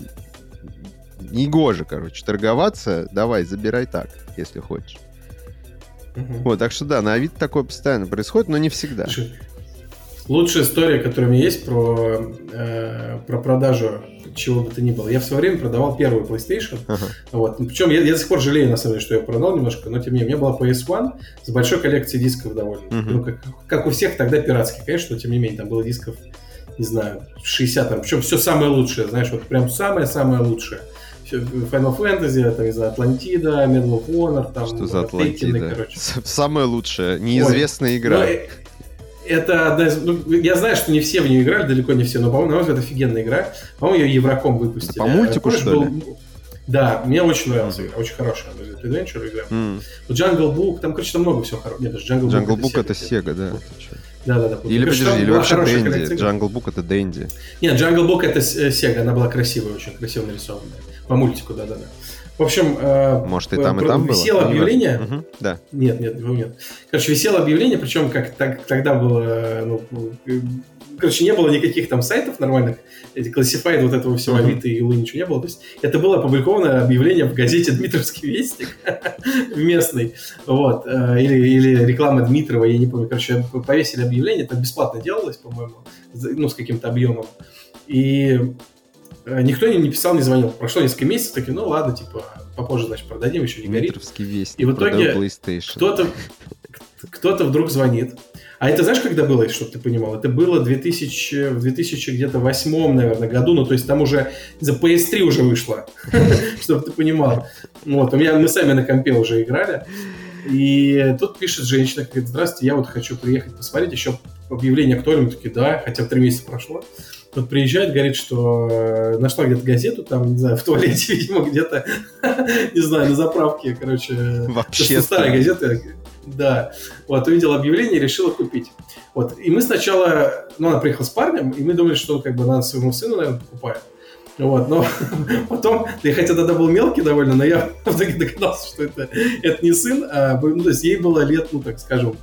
негоже, короче, торговаться, давай, забирай так, если хочешь. Вот, так что, да, на Авито такое постоянно происходит, но не всегда. Лучшая история, которая у меня есть про продажу чего бы то ни было. Я в свое время продавал первую PlayStation. Вот. Причем я до сих пор жалею, на самом деле, что я продал немножко, но тем не менее, у меня была PS1 с большой коллекцией дисков довольно. Ну, как у всех тогда пиратских, конечно, но тем не менее, там было дисков, не знаю, 60, там, причем все самое лучшее, знаешь, вот прям самое-самое лучшее. Final Fantasy, там, не знаю, Атлантида, Medal of Honor, там, что за Атлантида? Короче. Самое лучшее, неизвестная игра. Это одна из... Ну, я знаю, что не все в нее играли, далеко не все, но, по-моему, на мой взгляд, офигенная игра. По-моему, ее Евроком выпустили. Это по мультику, что ли? Да, мне очень нравилась игра, очень хорошая. Adventure игра. Вот Jungle Book, там, короче, там много всего хорошего. Нет, даже Jungle Book это Sega, да. Да. Или, подожди, или вообще Dendy. Jungle Book это Dendy. Нет, Jungle Book это Sega, она была красивая, очень красиво нарисованная. По мультику, да. В общем, может, и там было? Висело объявление. Да. Нет. Короче, висело объявление, причем как тогда было, короче, не было никаких там сайтов нормальных, эти Classified вот этого всего, Авито и Улы, ничего не было. То есть это было опубликовано объявление в газете «Дмитровский вестник» в местной, вот, или реклама Дмитрова, я не помню. Короче, повесили объявление, это бесплатно делалось, по-моему, ну, с каким-то объемом. И никто не писал, не звонил. Прошло несколько месяцев, такие, ну ладно, типа, попозже, значит, продадим, еще не горит. Дмитровский вестник. И в итоге кто-то вдруг звонит. А это знаешь, когда было, чтобы ты понимал? Это было в 2008, наверное, году, ну, то есть там уже за PS3 уже вышло, чтобы ты понимал. Вот, мы сами на компе уже играли. И тут пишет женщина, говорит: здравствуйте, я вот хочу приехать посмотреть, еще объявление актуально. Мы такие, да, хотя бы 3 месяца прошло. Тут приезжает, говорит, что нашла где-то газету, там, не знаю, в туалете, видимо, где-то, не знаю, на заправке, короче. Вообще старая газета. Да. Вот, увидела объявление и решила купить. Вот. И мы сначала, она приехала с парнем, и мы думали, что как бы она своему сыну, наверное, покупает. Вот, но потом, да, хотя тогда был мелкий довольно, но я в итоге догадался, что это не сын, ну, то есть ей было лет, ну, так скажем,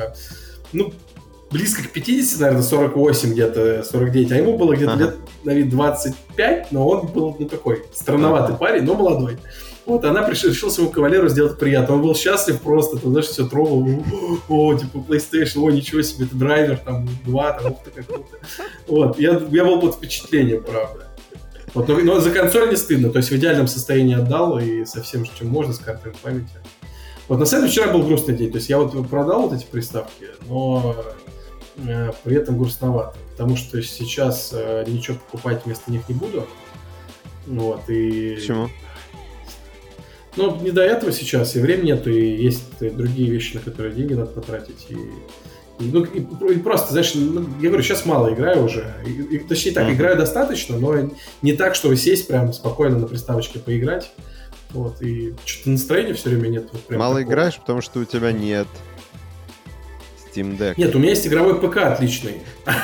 близко к 50, наверное, 48 где-то, 49, а ему было где-то лет, наверное, 25, но он был, такой странноватый парень, но молодой. Вот, она решила своему кавалеру сделать приятно. Он был счастлив просто, ты знаешь, все трогал. Типа, PlayStation, ничего себе, это драйвер, там, 2, там, ух ты, как круто. Вот, я был под впечатлением, правда. Вот, но за консоль не стыдно, то есть в идеальном состоянии отдал, и со всем, чем можно, с картами памяти. Вот, на самом деле, вчера был грустный день, то есть я вот продал вот эти приставки, но при этом грустновато, потому что сейчас ничего покупать вместо них не буду. Вот, и... Почему? Ну, не до этого сейчас, и времени нету, и есть другие вещи, на которые деньги надо потратить. И просто, знаешь, я говорю, сейчас мало играю уже. Точнее так, играю достаточно, но не так, чтобы сесть прям спокойно на приставочке поиграть. Вот, и что-то настроения все время нет. Вот прям Мало такого. играешь, потому что у тебя нет Steam Deck. Нет, у меня есть игровой ПК отличный.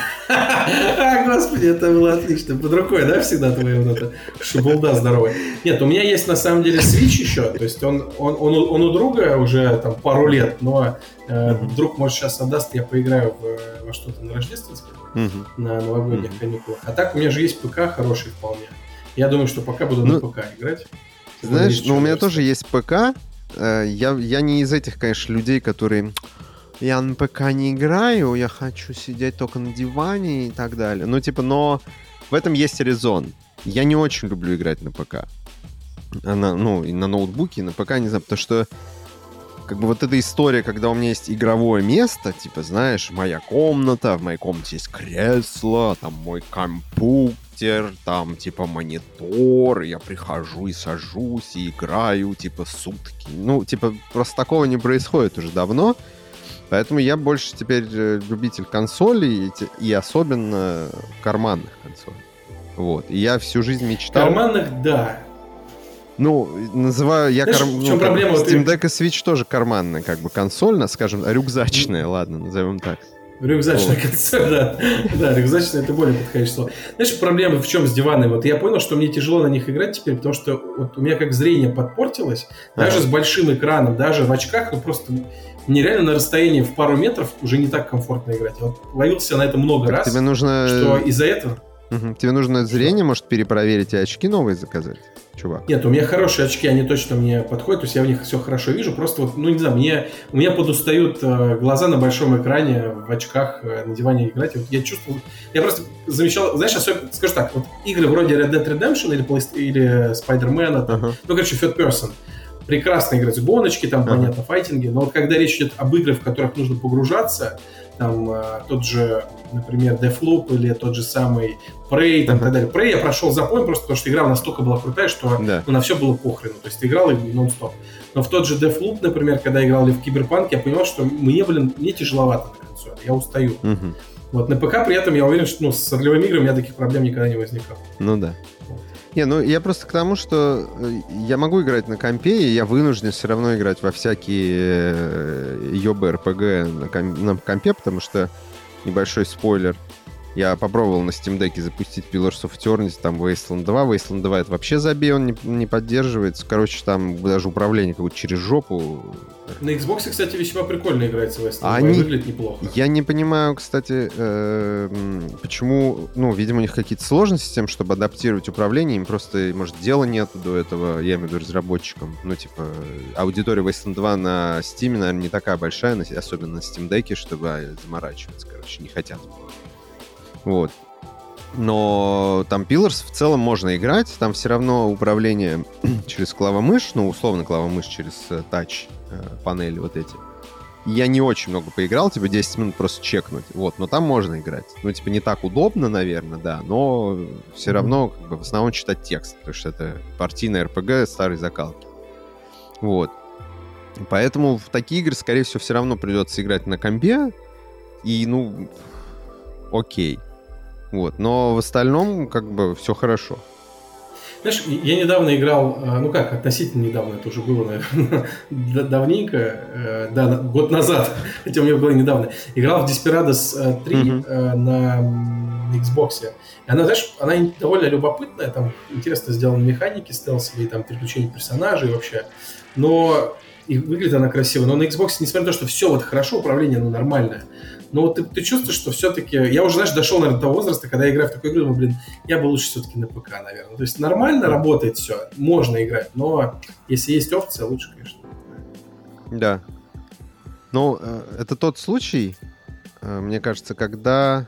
Господи, это было отлично. Под рукой, да, всегда твоя вот эта шибулда здоровая. Нет, у меня есть на самом деле Switch еще. То есть он у друга уже там пару лет, но друг, может, сейчас отдаст, я поиграю во что-то на рождественское, на новогодних каникулах. А так у меня же есть ПК хороший вполне. Я думаю, что пока буду на ПК играть. Знаешь, ну у меня тоже есть ПК. Я не из этих, конечно, людей, которые... Я на ПК не играю, я хочу сидеть только на диване и так далее. Ну, типа, но в этом есть резон. Я не очень люблю играть на ПК. И на ноутбуке, и на ПК, не знаю, потому что как бы вот эта история, когда у меня есть игровое место, типа, знаешь, моя комната, в моей комнате есть кресло, там мой компьютер, там, типа, монитор, я прихожу и сажусь, и играю, типа, сутки. Ну, типа, просто такого не происходит уже давно. Поэтому я больше теперь любитель консолей, и особенно карманных консолей. Вот. И я всю жизнь мечтал... Карманных, да. Ну, называю я... В чем проблема? Steam Deck и Switch тоже карманная, как бы, консоль, скажем, рюкзачная, ладно, назовем так. Рюкзачная консоль, да. Да, рюкзачная — это более подходящее слово. Знаешь, проблема в чем с диванами? Вот я понял, что мне тяжело на них играть теперь, потому что вот у меня как зрение подпортилось, даже с большим экраном, даже в очках, ну просто... Мне реально на расстоянии в пару метров уже не так комфортно играть. Я вот ловился на это много раз, тебе нужно... что из-за этого... Тебе нужно зрение, может, перепроверить и очки новые заказать, чувак? Нет, у меня хорошие очки, они точно мне подходят, то есть я в них все хорошо вижу, просто вот, ну не знаю, у меня подустают глаза на большом экране, в очках, на диване играть. Вот я чувствую, я просто замечал, знаешь, особенно, скажу так, вот игры вроде Red Dead Redemption или Spider-Man, ну, короче, Third Person, прекрасно играть в гоночки, там, понятно, файтинги, но вот когда речь идет об играх, в которых нужно погружаться, там, тот же, например, Deathloop или тот же самый Prey, там, и так далее. Prey я прошел запоем просто потому, что игра настолько была крутая, что на все было похрену, то есть ты играл и нон-стоп. Но в тот же Deathloop, например, когда я играл в Киберпанк, я понимал, что мне тяжеловато на консоли, я устаю. Вот на ПК при этом я уверен, что с ролевыми играми у меня таких проблем никогда не возникало. Ну да. Не, ну я просто к тому, что я могу играть на компе, и я вынужден все равно играть во всякие ЙОБ-РПГ на компе, потому что, небольшой спойлер, я попробовал на Steam Deck запустить Pillars of Eternity, там Wasteland 2. Wasteland 2 это вообще забей, он не поддерживается. Короче, там даже управление как будто через жопу. На Xbox, кстати, весьма прикольно играется Wasteland 2, выглядит неплохо. Я не понимаю, кстати, почему... Ну, видимо, у них какие-то сложности с тем, чтобы адаптировать управление. Им просто, может, дела нету до этого, я имею в виду разработчикам. Ну, типа, аудитория Wasteland 2 на Steam, наверное, не такая большая, особенно на Steam Deck, чтобы заморачиваться, короче, не хотят. Вот. Но там Pillars в целом можно играть, там все равно управление через клавомышь, ну, условно клавомышь через тач панели вот эти. Я не очень много поиграл, типа 10 минут просто чекнуть, вот, но там можно играть. Ну, типа не так удобно, наверное, да, но все равно как бы в основном читать текст, потому что это партийная РПГ старой закалки. Вот. Поэтому в такие игры, скорее всего, все равно придется играть на компе, и, ну, окей. Вот, но в остальном как бы все хорошо. Знаешь, я недавно играл, ну как, относительно недавно, это уже было, наверное, давненько, да, год назад, хотя у меня было недавно, играл в Desperados 3 на Xbox. И она, знаешь, она довольно любопытная, там интересно сделаны механики стелсовые, там переключение персонажей вообще, но и выглядит она красиво. Но на Xbox, несмотря на то, что все вот хорошо, управление, ну, нормальное, но вот ты чувствуешь, что все-таки... Я уже, знаешь, дошел, наверное, до того возраста, когда я играю в такую игру, ну, блин, я бы лучше все-таки на ПК, наверное. То есть нормально работает все, можно играть, но если есть опция, лучше, конечно. Да. Ну, это тот случай, мне кажется, когда...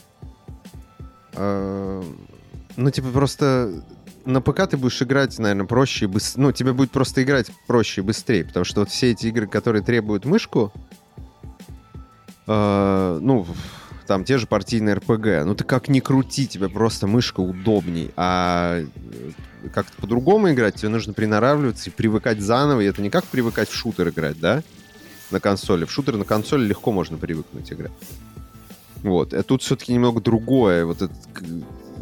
Ну, типа, просто... На ПК ты будешь играть, наверное, проще и быстрее. Ну, тебе будет просто играть проще и быстрее, потому что вот все эти игры, которые требуют мышку, ну, там те же партийные РПГ, ну ты как ни крути, тебе просто мышка удобней, а как-то по-другому играть тебе нужно приноравливаться и привыкать заново, и это не как привыкать в шутер играть, да, на консоли. В шутер на консоли легко можно привыкнуть играть. Вот, а тут все-таки немного другое, вот этот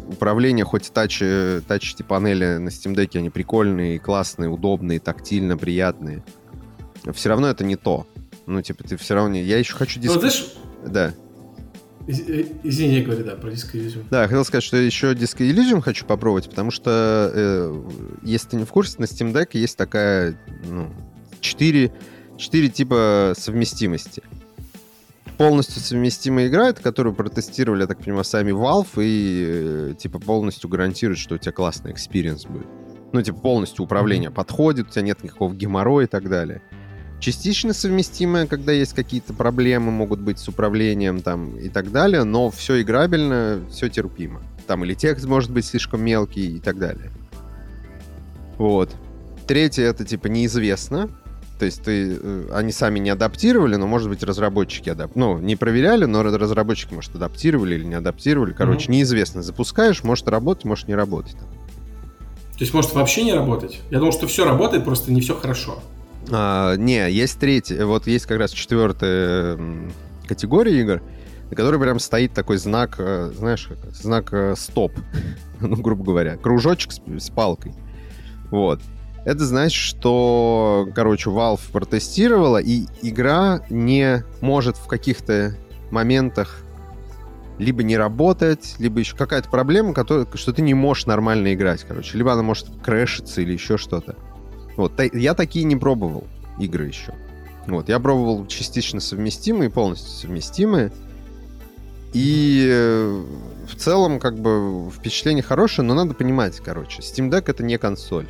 управление, хоть тач панели на Steam Deck, они прикольные, классные, удобные, тактильно приятные. Все равно это не то. Ну, типа, ты все равно... Я еще хочу... Ну, знаешь... Да. Извини, я говорю, да, про Disco Elysium. Да, хотел сказать, что еще Disco Elysium хочу попробовать, потому что, если ты не в курсе, на Steam Deck есть такая, 4 типа совместимости. Полностью совместимая игра, это которую протестировали, я так понимаю, сами Valve, и типа полностью гарантирует, что у тебя классный экспириенс будет. Ну, типа полностью управление подходит, у тебя нет никакого геморроя и так далее. Частично совместимое, когда есть какие-то проблемы, могут быть с управлением там и так далее, но все играбельно, все терпимо. Там или текст может быть слишком мелкий и так далее. Вот. Третье, это типа неизвестно. То есть они сами не адаптировали, но, может быть, разработчики не проверяли, но разработчики, может, адаптировали или не адаптировали. Короче, неизвестно. Запускаешь, может работать, может не работать. То есть может вообще не работать? Я думал, что все работает, просто не все хорошо. Не, есть третья. Вот есть как раз 4-я категория игр, на которой прям стоит такой знак, знаешь, знак стоп, ну, грубо говоря. Кружочек с палкой. Вот. Это значит, что, короче, Valve протестировала, и игра не может в каких-то моментах либо не работать, либо еще какая-то проблема, что ты не можешь нормально играть, короче. Либо она может крэшиться или еще что-то. Вот. Я такие не пробовал игры еще. Вот. Я пробовал частично совместимые, полностью совместимые. И в целом, как бы, впечатление хорошее, но надо понимать, короче, Steam Deck — это не консоль.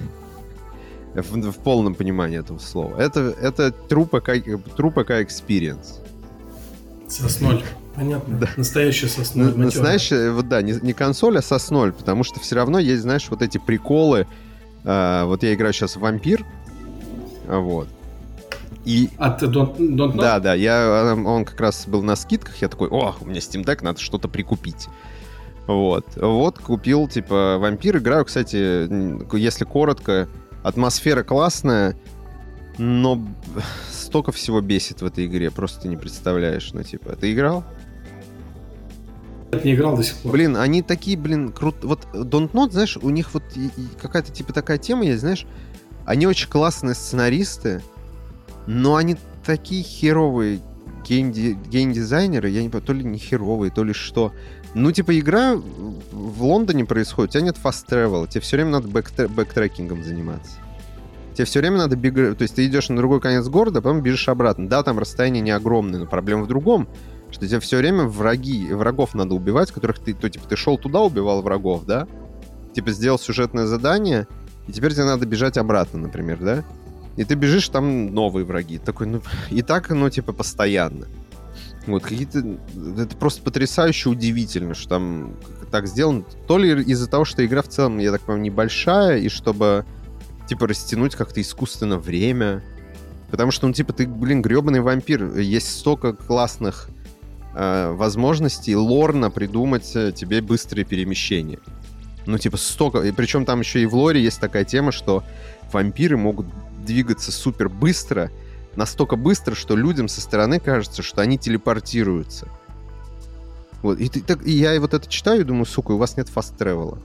В полном понимании этого слова. Это True PK Experience. Сосноль. Понятно. Да. Настоящая сосноль. Настоящая, вот да, не консоль, а сосноль, потому что все равно есть, знаешь, вот эти приколы. Вот я играю сейчас в Вампир. Вот. И... От Don't Know? Да, он как раз был на скидках. Я такой, у меня Steam Deck, надо что-то прикупить. Вот, купил, типа, Вампир. Играю, кстати, если коротко, атмосфера классная, но столько всего бесит в этой игре, просто ты не представляешь. Ну, типа, ты играл? Нет, не играл до сих пор. Блин, они такие, круто. Вот Don't Not, знаешь, у них вот какая-то, типа, такая тема есть, знаешь, они очень классные сценаристы, но они такие херовые геймдизайнеры, я не понимаю, то ли не херовые, то ли что. Ну, типа, игра в Лондоне происходит, у тебя нет fast travel, тебе все время надо бэктрекингом заниматься. Тебе все время надо бегать, то есть ты идешь на другой конец города, потом бежишь обратно. Да, там расстояние не огромное, но проблема в другом, что тебе все время врагов надо убивать, которых ты шел туда, убивал врагов, да? Типа, сделал сюжетное задание, и теперь тебе надо бежать обратно, например, да? И ты бежишь, там новые враги. Такой, и так, типа, постоянно. Вот, какие-то... Это просто потрясающе удивительно, что там так сделано. То ли из-за того, что игра в целом, я так понимаю, небольшая, и чтобы, типа, растянуть как-то искусственно время. Потому что, ты, гребаный вампир. Есть столько классных возможностей лорно придумать тебе быстрые перемещения. Столько... И причем там еще и в лоре есть такая тема, что вампиры могут двигаться супер быстро, настолько быстро, что людям со стороны кажется, что они телепортируются. Вот. И я вот это читаю и думаю, сука, у вас нет фаст-тревела.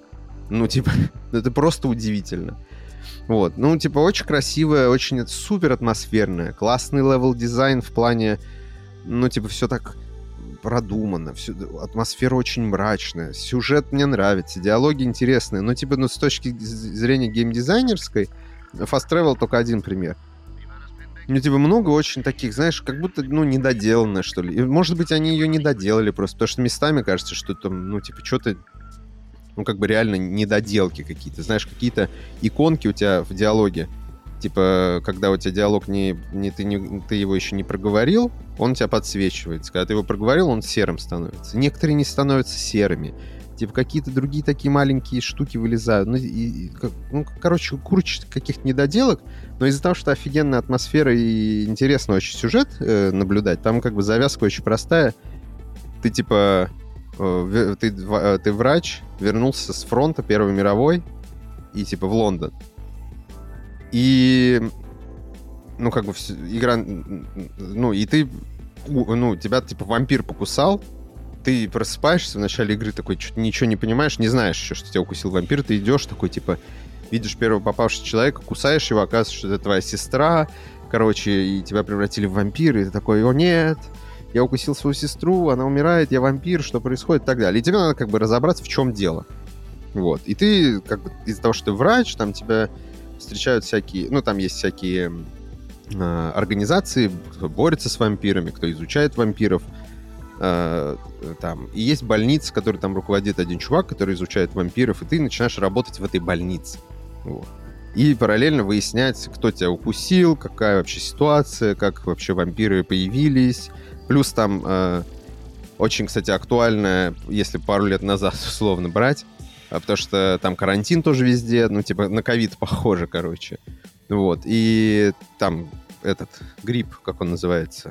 Это просто удивительно. Вот. Очень красивая, очень супер атмосферная, классный левел-дизайн в плане, все так продумано, атмосфера очень мрачная, сюжет мне нравится, диалоги интересные, с точки зрения геймдизайнерской, Fast Travel только один пример. Много очень таких, знаешь, как будто, недоделанное, что ли. И, может быть, они ее не доделали просто, потому что местами кажется, что там, что-то, реально недоделки какие-то. Знаешь, какие-то иконки у тебя в диалоге, когда у тебя диалог ты его еще не проговорил, он у тебя подсвечивается. Когда ты его проговорил, он серым становится. Некоторые не становятся серыми. Какие-то другие такие маленькие штуки вылезают. Куча каких-то недоделок, но из-за того, что офигенная атмосфера и интересно очень сюжет наблюдать, там завязка очень простая. Ты врач, вернулся с фронта Первой мировой и в Лондон. И игра, и ты, тебя вампир покусал, ты просыпаешься в начале игры такой, что-то ничего не понимаешь, не знаешь еще, что тебя укусил вампир, ты идешь такой, типа, видишь первого попавшего человека, кусаешь его, оказывается, что это твоя сестра, короче, и тебя превратили в вампира, и ты такой, о нет, я укусил свою сестру, она умирает, я вампир, что происходит, и так далее. И тебе надо как бы разобраться, в чем дело. Вот. И ты, как бы, из-за того, что ты врач, там тебя встречают всякие, ну, там есть всякие организации, кто борется с вампирами, кто изучает вампиров, там. И есть больница, которой там руководит один чувак, который изучает вампиров, и ты начинаешь работать в этой больнице. Вот. И параллельно выяснять, кто тебя укусил, какая вообще ситуация, как вообще вампиры появились. Плюс там очень, кстати, актуальная, если пару лет назад условно брать, потому что там карантин тоже везде, ну, типа на ковид похоже, короче. Вот. И там этот грипп, как он называется?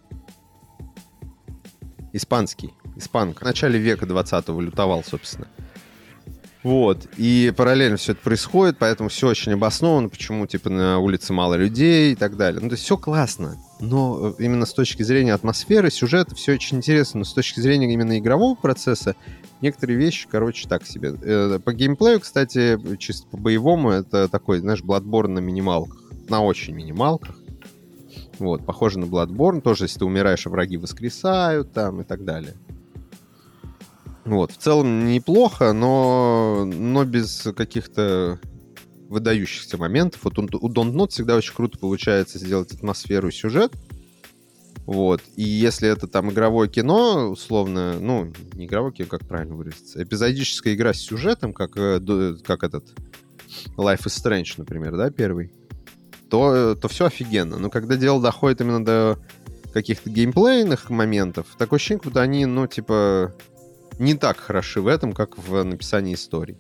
Испанка. В начале века 20-го лютовал, собственно. Вот. И параллельно все это происходит, поэтому все очень обосновано, почему, типа, на улице мало людей и так далее. Ну, то есть все классно, но именно с точки зрения атмосферы, сюжета все очень интересно, но с точки зрения именно игрового процесса некоторые вещи, короче, так себе. По геймплею, кстати, чисто по боевому, это такой, знаешь, Bloodborne на минималках. На очень минималках. Вот, похоже на Bloodborne. Тоже, если ты умираешь, а враги воскресают там и так далее. Вот, в целом неплохо, но без каких-то выдающихся моментов. Вот у Don't Not всегда очень круто получается сделать атмосферу и сюжет. Вот. И если это там игровое кино, условно, ну, не игровое кино, как правильно выразиться, эпизодическая игра с сюжетом, как этот Life is Strange, например, да, первый, то все офигенно. Но когда дело доходит именно до каких-то геймплейных моментов, такое ощущение, будто они, ну, типа, не так хороши в этом, как в написании историй.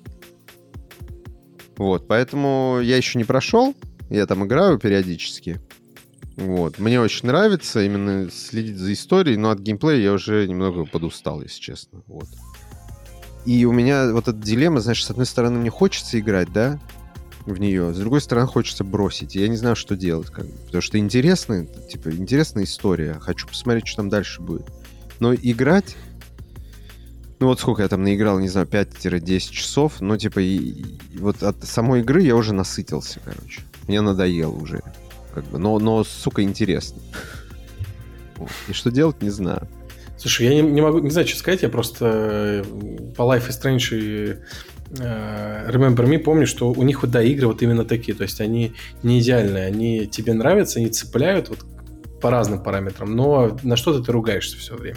Вот, поэтому я еще не прошел, я там играю периодически. Вот. Мне очень нравится именно следить за историей, но от геймплея я уже немного подустал, если честно. Вот. И у меня вот эта дилемма, знаешь, с одной стороны, мне хочется играть, да, в нее, с другой стороны, хочется бросить. И я не знаю, что делать, как бы. Потому что интересная история. Хочу посмотреть, что там дальше будет. Но играть... Ну вот сколько я там наиграл, не знаю, 5-10 часов, но типа вот от самой игры я уже насытился, короче. Мне надоело уже. Как бы, но, сука, интересно. И что делать, не знаю. Слушай, я не могу, не знаю, что сказать, я просто по Life is Strange и Remember Me помню, что у них вот, да, игры вот именно такие, то есть они не идеальные, они тебе нравятся, они цепляют вот по разным параметрам, но на что-то ты ругаешься все время.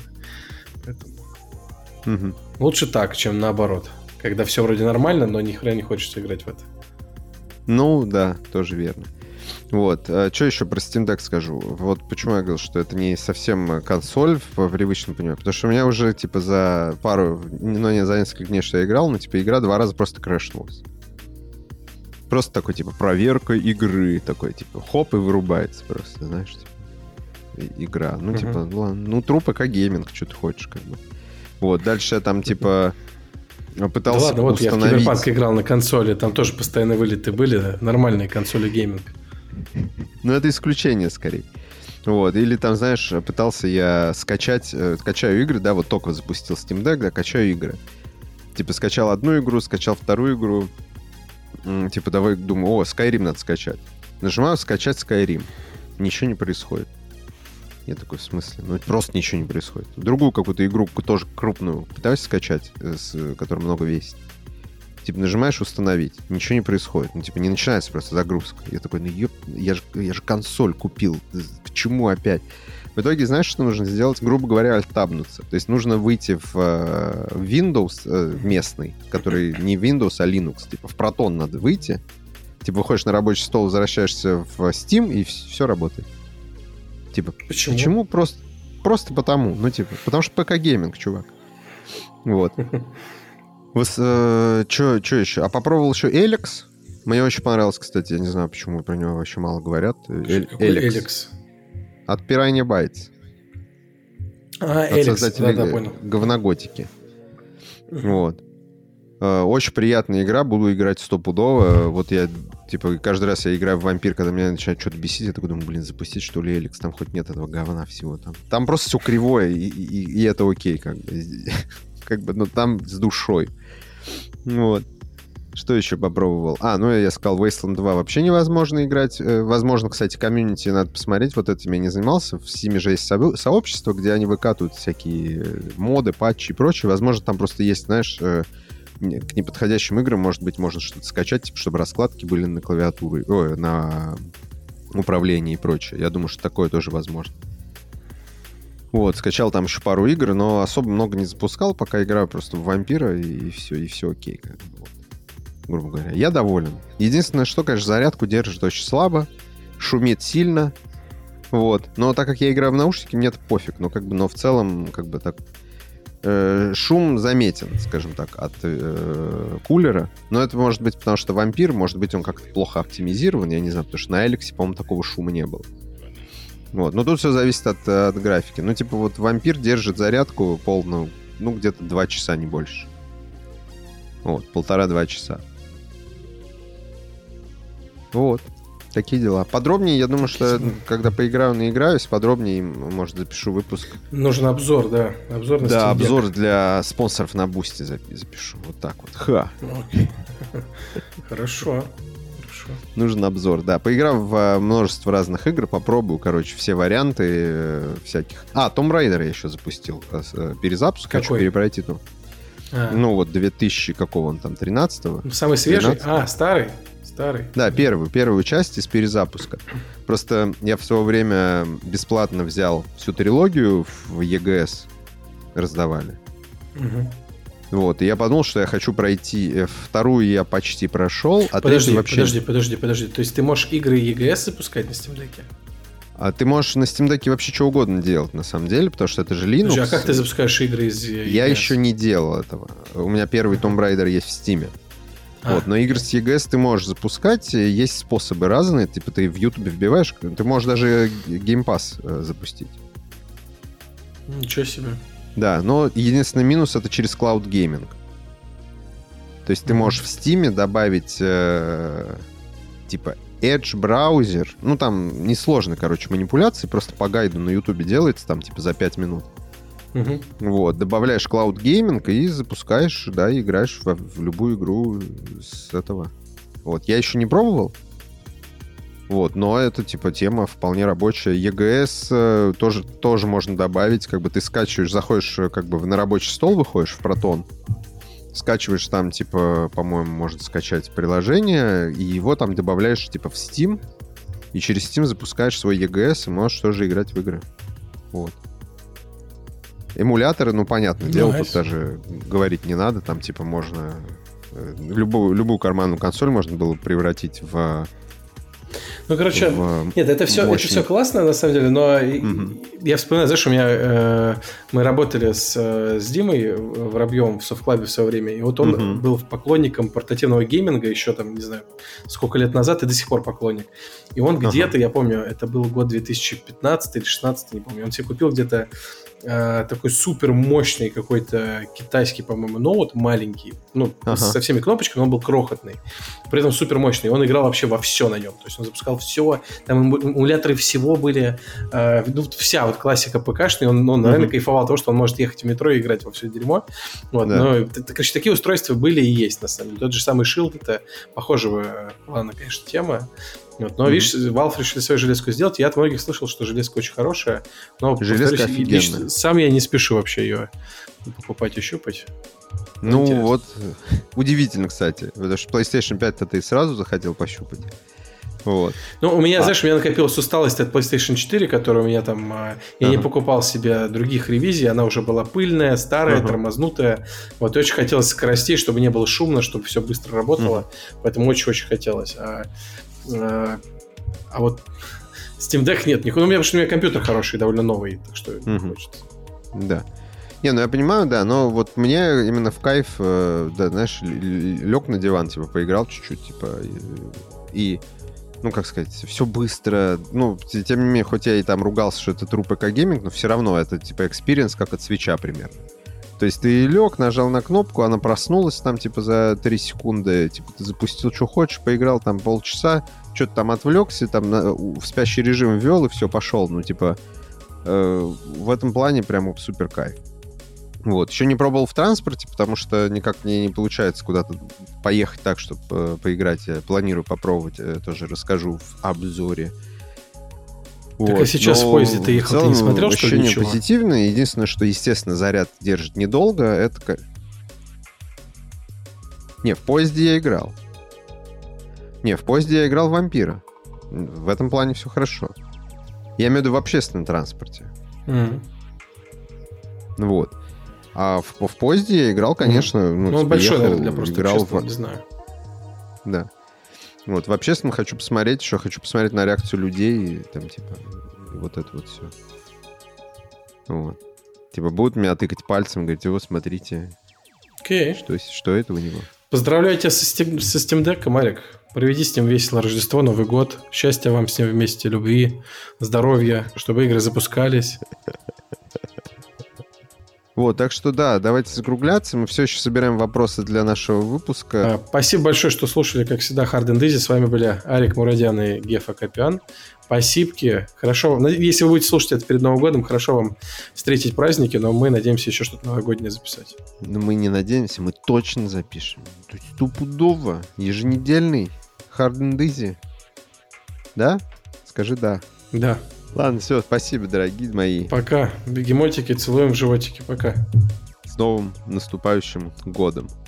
Поэтому лучше так, чем наоборот, когда все вроде нормально, но ни хрена не хочется играть в это. Ну, да, тоже верно. Вот. Что еще про Steam Deck скажу? Вот почему я говорил, что это не совсем консоль в привычном понимании. Потому что у меня уже, типа, за пару, ну, не за несколько дней, что я играл, но, типа, игра 2 раза просто крэшнулась. Просто такой, типа, проверка игры. Такой, типа, хоп, и вырубается просто, знаешь, типа, игра. Ну, типа, ладно, ну, трупы как гейминг, что ты хочешь, как бы. Вот, дальше я там, типа... Пытался да ладно, вот установить... я в Киберпанк играл на консоли, там тоже постоянно вылеты были, да? Нормальные консоли гейминг. Ну, это исключение, скорее. Вот, или там, знаешь, пытался я качаю игры, да, вот только запустил Steam Deck, да, качаю игры. Типа, скачал одну игру, скачал вторую игру, типа, давай, думаю, Skyrim надо скачать. Нажимаю скачать Skyrim. Ничего не происходит. Я такой, в смысле? Ну, просто ничего не происходит. Другую какую-то игру, тоже крупную, пытаюсь скачать, которая много весит. Типа, нажимаешь «Установить», ничего не происходит. Ну, типа, не начинается просто загрузка. Я такой, ну, я же консоль купил. Почему опять? В итоге, знаешь, что нужно сделать? Грубо говоря, альтабнуться. То есть нужно выйти в Windows местный, который не Windows, а Linux. Типа, в Proton надо выйти. Типа, выходишь на рабочий стол, возвращаешься в Steam, и все работает. Типа, почему? Просто потому. Ну, типа, потому что ПК-гейминг, чувак. Вот. Что еще? А попробовал еще Эликс. Мне очень понравилось, кстати. Я не знаю, почему про него вообще мало говорят. Эликс. От Piranha Bytes. Эликс, да, понял. Говноготики. Вот. Очень приятная игра, буду играть стопудово. Вот я, типа, каждый раз я играю в Вампир, когда меня начинает что-то бесить, я такой думаю, блин, запустить, что ли, Эликс, там хоть нет этого говна всего. Там просто все кривое, и это окей, как бы. Как бы, но там с душой. Вот. Что еще попробовал? Ну, я сказал, Wasteland 2 вообще невозможно играть. Возможно, кстати, комьюнити надо посмотреть. Вот этим я не занимался. В Steam же есть сообщество, где они выкатывают всякие моды, патчи и прочее. Возможно, там просто есть, знаешь, к неподходящим играм, может быть, можно что-то скачать, типа, чтобы раскладки были на клавиатуре, на управлении и прочее. Я думаю, что такое тоже возможно. Вот, скачал там еще пару игр, но особо много не запускал, пока играю просто в Вампира, и все окей. Вот. Грубо говоря, я доволен. Единственное, что, конечно, зарядку держит очень слабо, шумит сильно, вот. Но так как я играю в наушники, мне это пофиг. Но в целом, как бы так, шум заметен, скажем так, от кулера. Но это может быть потому, что Вампир, может быть, он как-то плохо оптимизирован, я не знаю, потому что на Эликсе, по-моему, такого шума не было. Вот. Но тут все зависит от графики. Ну, типа, вот Вампир держит зарядку полную, где-то 2 часа, не больше. Вот, 1,5-2 часа. Вот. Такие дела. Подробнее, я думаю, что когда поиграю, наиграюсь, подробнее, может, запишу выпуск. Нужен обзор, да. Обзор на Steam Deck. Да, обзор для спонсоров на Бусти запишу. Вот так вот. Окей. Хорошо. Нужен обзор, да. Поиграв в множество разных игр, попробую, все варианты всяких. Tomb Raider я еще запустил. Перезапуск. Какой? Хочу перепройти. Вот 2000, какого он там, 13-го? Самый свежий? Старый? Да, первую часть из перезапуска. Просто я в свое время бесплатно взял всю трилогию в ЕГС. Раздавали. Угу. Вот, и я подумал, что я хочу пройти. Вторую я почти прошел, а подожди, третью вообще... Подожди. То есть ты можешь игры ЕГС запускать на Steam Deck? А ты можешь на Steam Deck вообще что угодно делать, на самом деле, потому что это же Linux. Подожди, а как ты запускаешь игры из EGS? Я еще не делал этого. У меня первый Tomb Raider есть в Steam. Вот, но игры с EGS ты можешь запускать, есть способы разные. Типа ты в YouTube вбиваешь, ты можешь даже Game Pass запустить. Ничего себе. Да, но единственный минус — это через Cloud Gaming. То есть ты можешь в Steam добавить типа Edge браузер. Там несложно, манипуляции, просто по гайду на YouTube делается, там типа за 5 минут. Угу. Вот, добавляешь Cloud Gaming и запускаешь, да, и играешь в любую игру с этого. Вот, я еще не пробовал. Вот, но это, типа, тема вполне рабочая. EGS тоже можно добавить. Ты скачиваешь, заходишь, на рабочий стол выходишь в Proton, скачиваешь там, типа, по-моему, можно скачать приложение, и его там добавляешь, типа, в Steam, и через Steam запускаешь свой EGS, и можешь тоже играть в игры. Вот. Эмуляторы, понятное дело, тут даже говорить не надо. Там, типа, можно... Любую карманную консоль можно было превратить в... Нет, это все классно, на самом деле, но я вспоминаю, знаешь, мы работали с Димой Воробьевым в Софтклабе в свое время, и вот он был поклонником портативного гейминга еще там, не знаю, сколько лет назад, и до сих пор поклонник. И он где-то, я помню, это был год 2015 или 2016, не помню, он себе купил где-то такой супер мощный какой-то китайский, по-моему, ноут маленький, со всеми кнопочками, он был крохотный, при этом супер мощный, он играл вообще во все на нем, то есть он запускал все, там эмуляторы всего были, вся вот классика ПК-шная, он наверное, кайфовал от того, что он может ехать в метро и играть во все дерьмо, вот, да. Но, такие устройства были и есть, на самом деле, тот же самый Shield, это похожего плана, конечно, тема. Вот. Но, видишь, Valve решили свою железку сделать. Я от многих слышал, что железка очень хорошая. Но, железка офигенная. Сам я не спешу вообще ее покупать и щупать. Интересно. Вот, удивительно, кстати. Потому что PlayStation 5-то ты сразу захотел пощупать. Вот. У меня, знаешь, у меня накопилась усталость от PlayStation 4, которая у меня там... Я не покупал себе других ревизий, она уже была пыльная, старая, тормознутая. Вот, и очень хотелось скоростей, чтобы не было шумно, чтобы все быстро работало. Поэтому очень-очень хотелось. А вот Steam Deck нет. У меня компьютер хороший, довольно новый, так что не хочется. Да. Я понимаю, да, но вот мне именно в кайф, да, знаешь, лег на диван, типа, поиграл чуть-чуть, типа, и как сказать, все быстро. Тем не менее, хоть я и там ругался, что это true ПК гейминг, но все равно это, типа, экспириенс как от Switch'а примерно. То есть ты лег, нажал на кнопку, она проснулась там, типа, за 3 секунды. Типа, ты запустил, что хочешь, поиграл там полчаса, что-то там отвлекся, там в спящий режим ввел, и все, пошел. Ну, типа, в этом плане прям супер кайф. Вот. Еще не пробовал в транспорте, потому что никак мне не получается куда-то поехать так, чтобы поиграть. Я планирую попробовать, тоже расскажу в обзоре. Так вот. А сейчас в поезде ты ехал, ты не смотрел, что ли, ничего? Позитивное. Единственное, что, естественно, заряд держит недолго, это... Не, в поезде я играл. Не, в поезде я играл в вампира. В этом плане все хорошо. Я имею в виду в общественном транспорте. Вот. А в поезде я играл, конечно... Ну, он большой, наверное, для просто общественного, не знаю. Да. Вот, в общественном хочу посмотреть, еще хочу посмотреть на реакцию людей, и там, типа, вот это вот все. Вот. Типа, будут меня тыкать пальцем, говорить, вот, смотрите. Окей. Что это у него? Поздравляю тебя со Steam Deck, Марик. Проведи с ним весело Рождество, Новый год. Счастья вам с ним вместе, любви, здоровья, чтобы игры запускались. Вот, так что да, давайте закругляться. Мы все еще собираем вопросы для нашего выпуска. Спасибо большое, что слушали, как всегда, Hard and Easy. С вами были Арик Мурадян и Гефа Копян. Спасибо. Хорошо. Если вы будете слушать это перед Новым годом, хорошо вам встретить праздники, но мы надеемся еще что-то новогоднее записать. Но мы не надеемся, мы точно запишем. То есть стопудово. Еженедельный Hard and Easy. Да? Скажи да. Да. Ладно, все, спасибо, дорогие мои. Пока. Бегемотики, целуем в животики. Пока. С новым наступающим годом.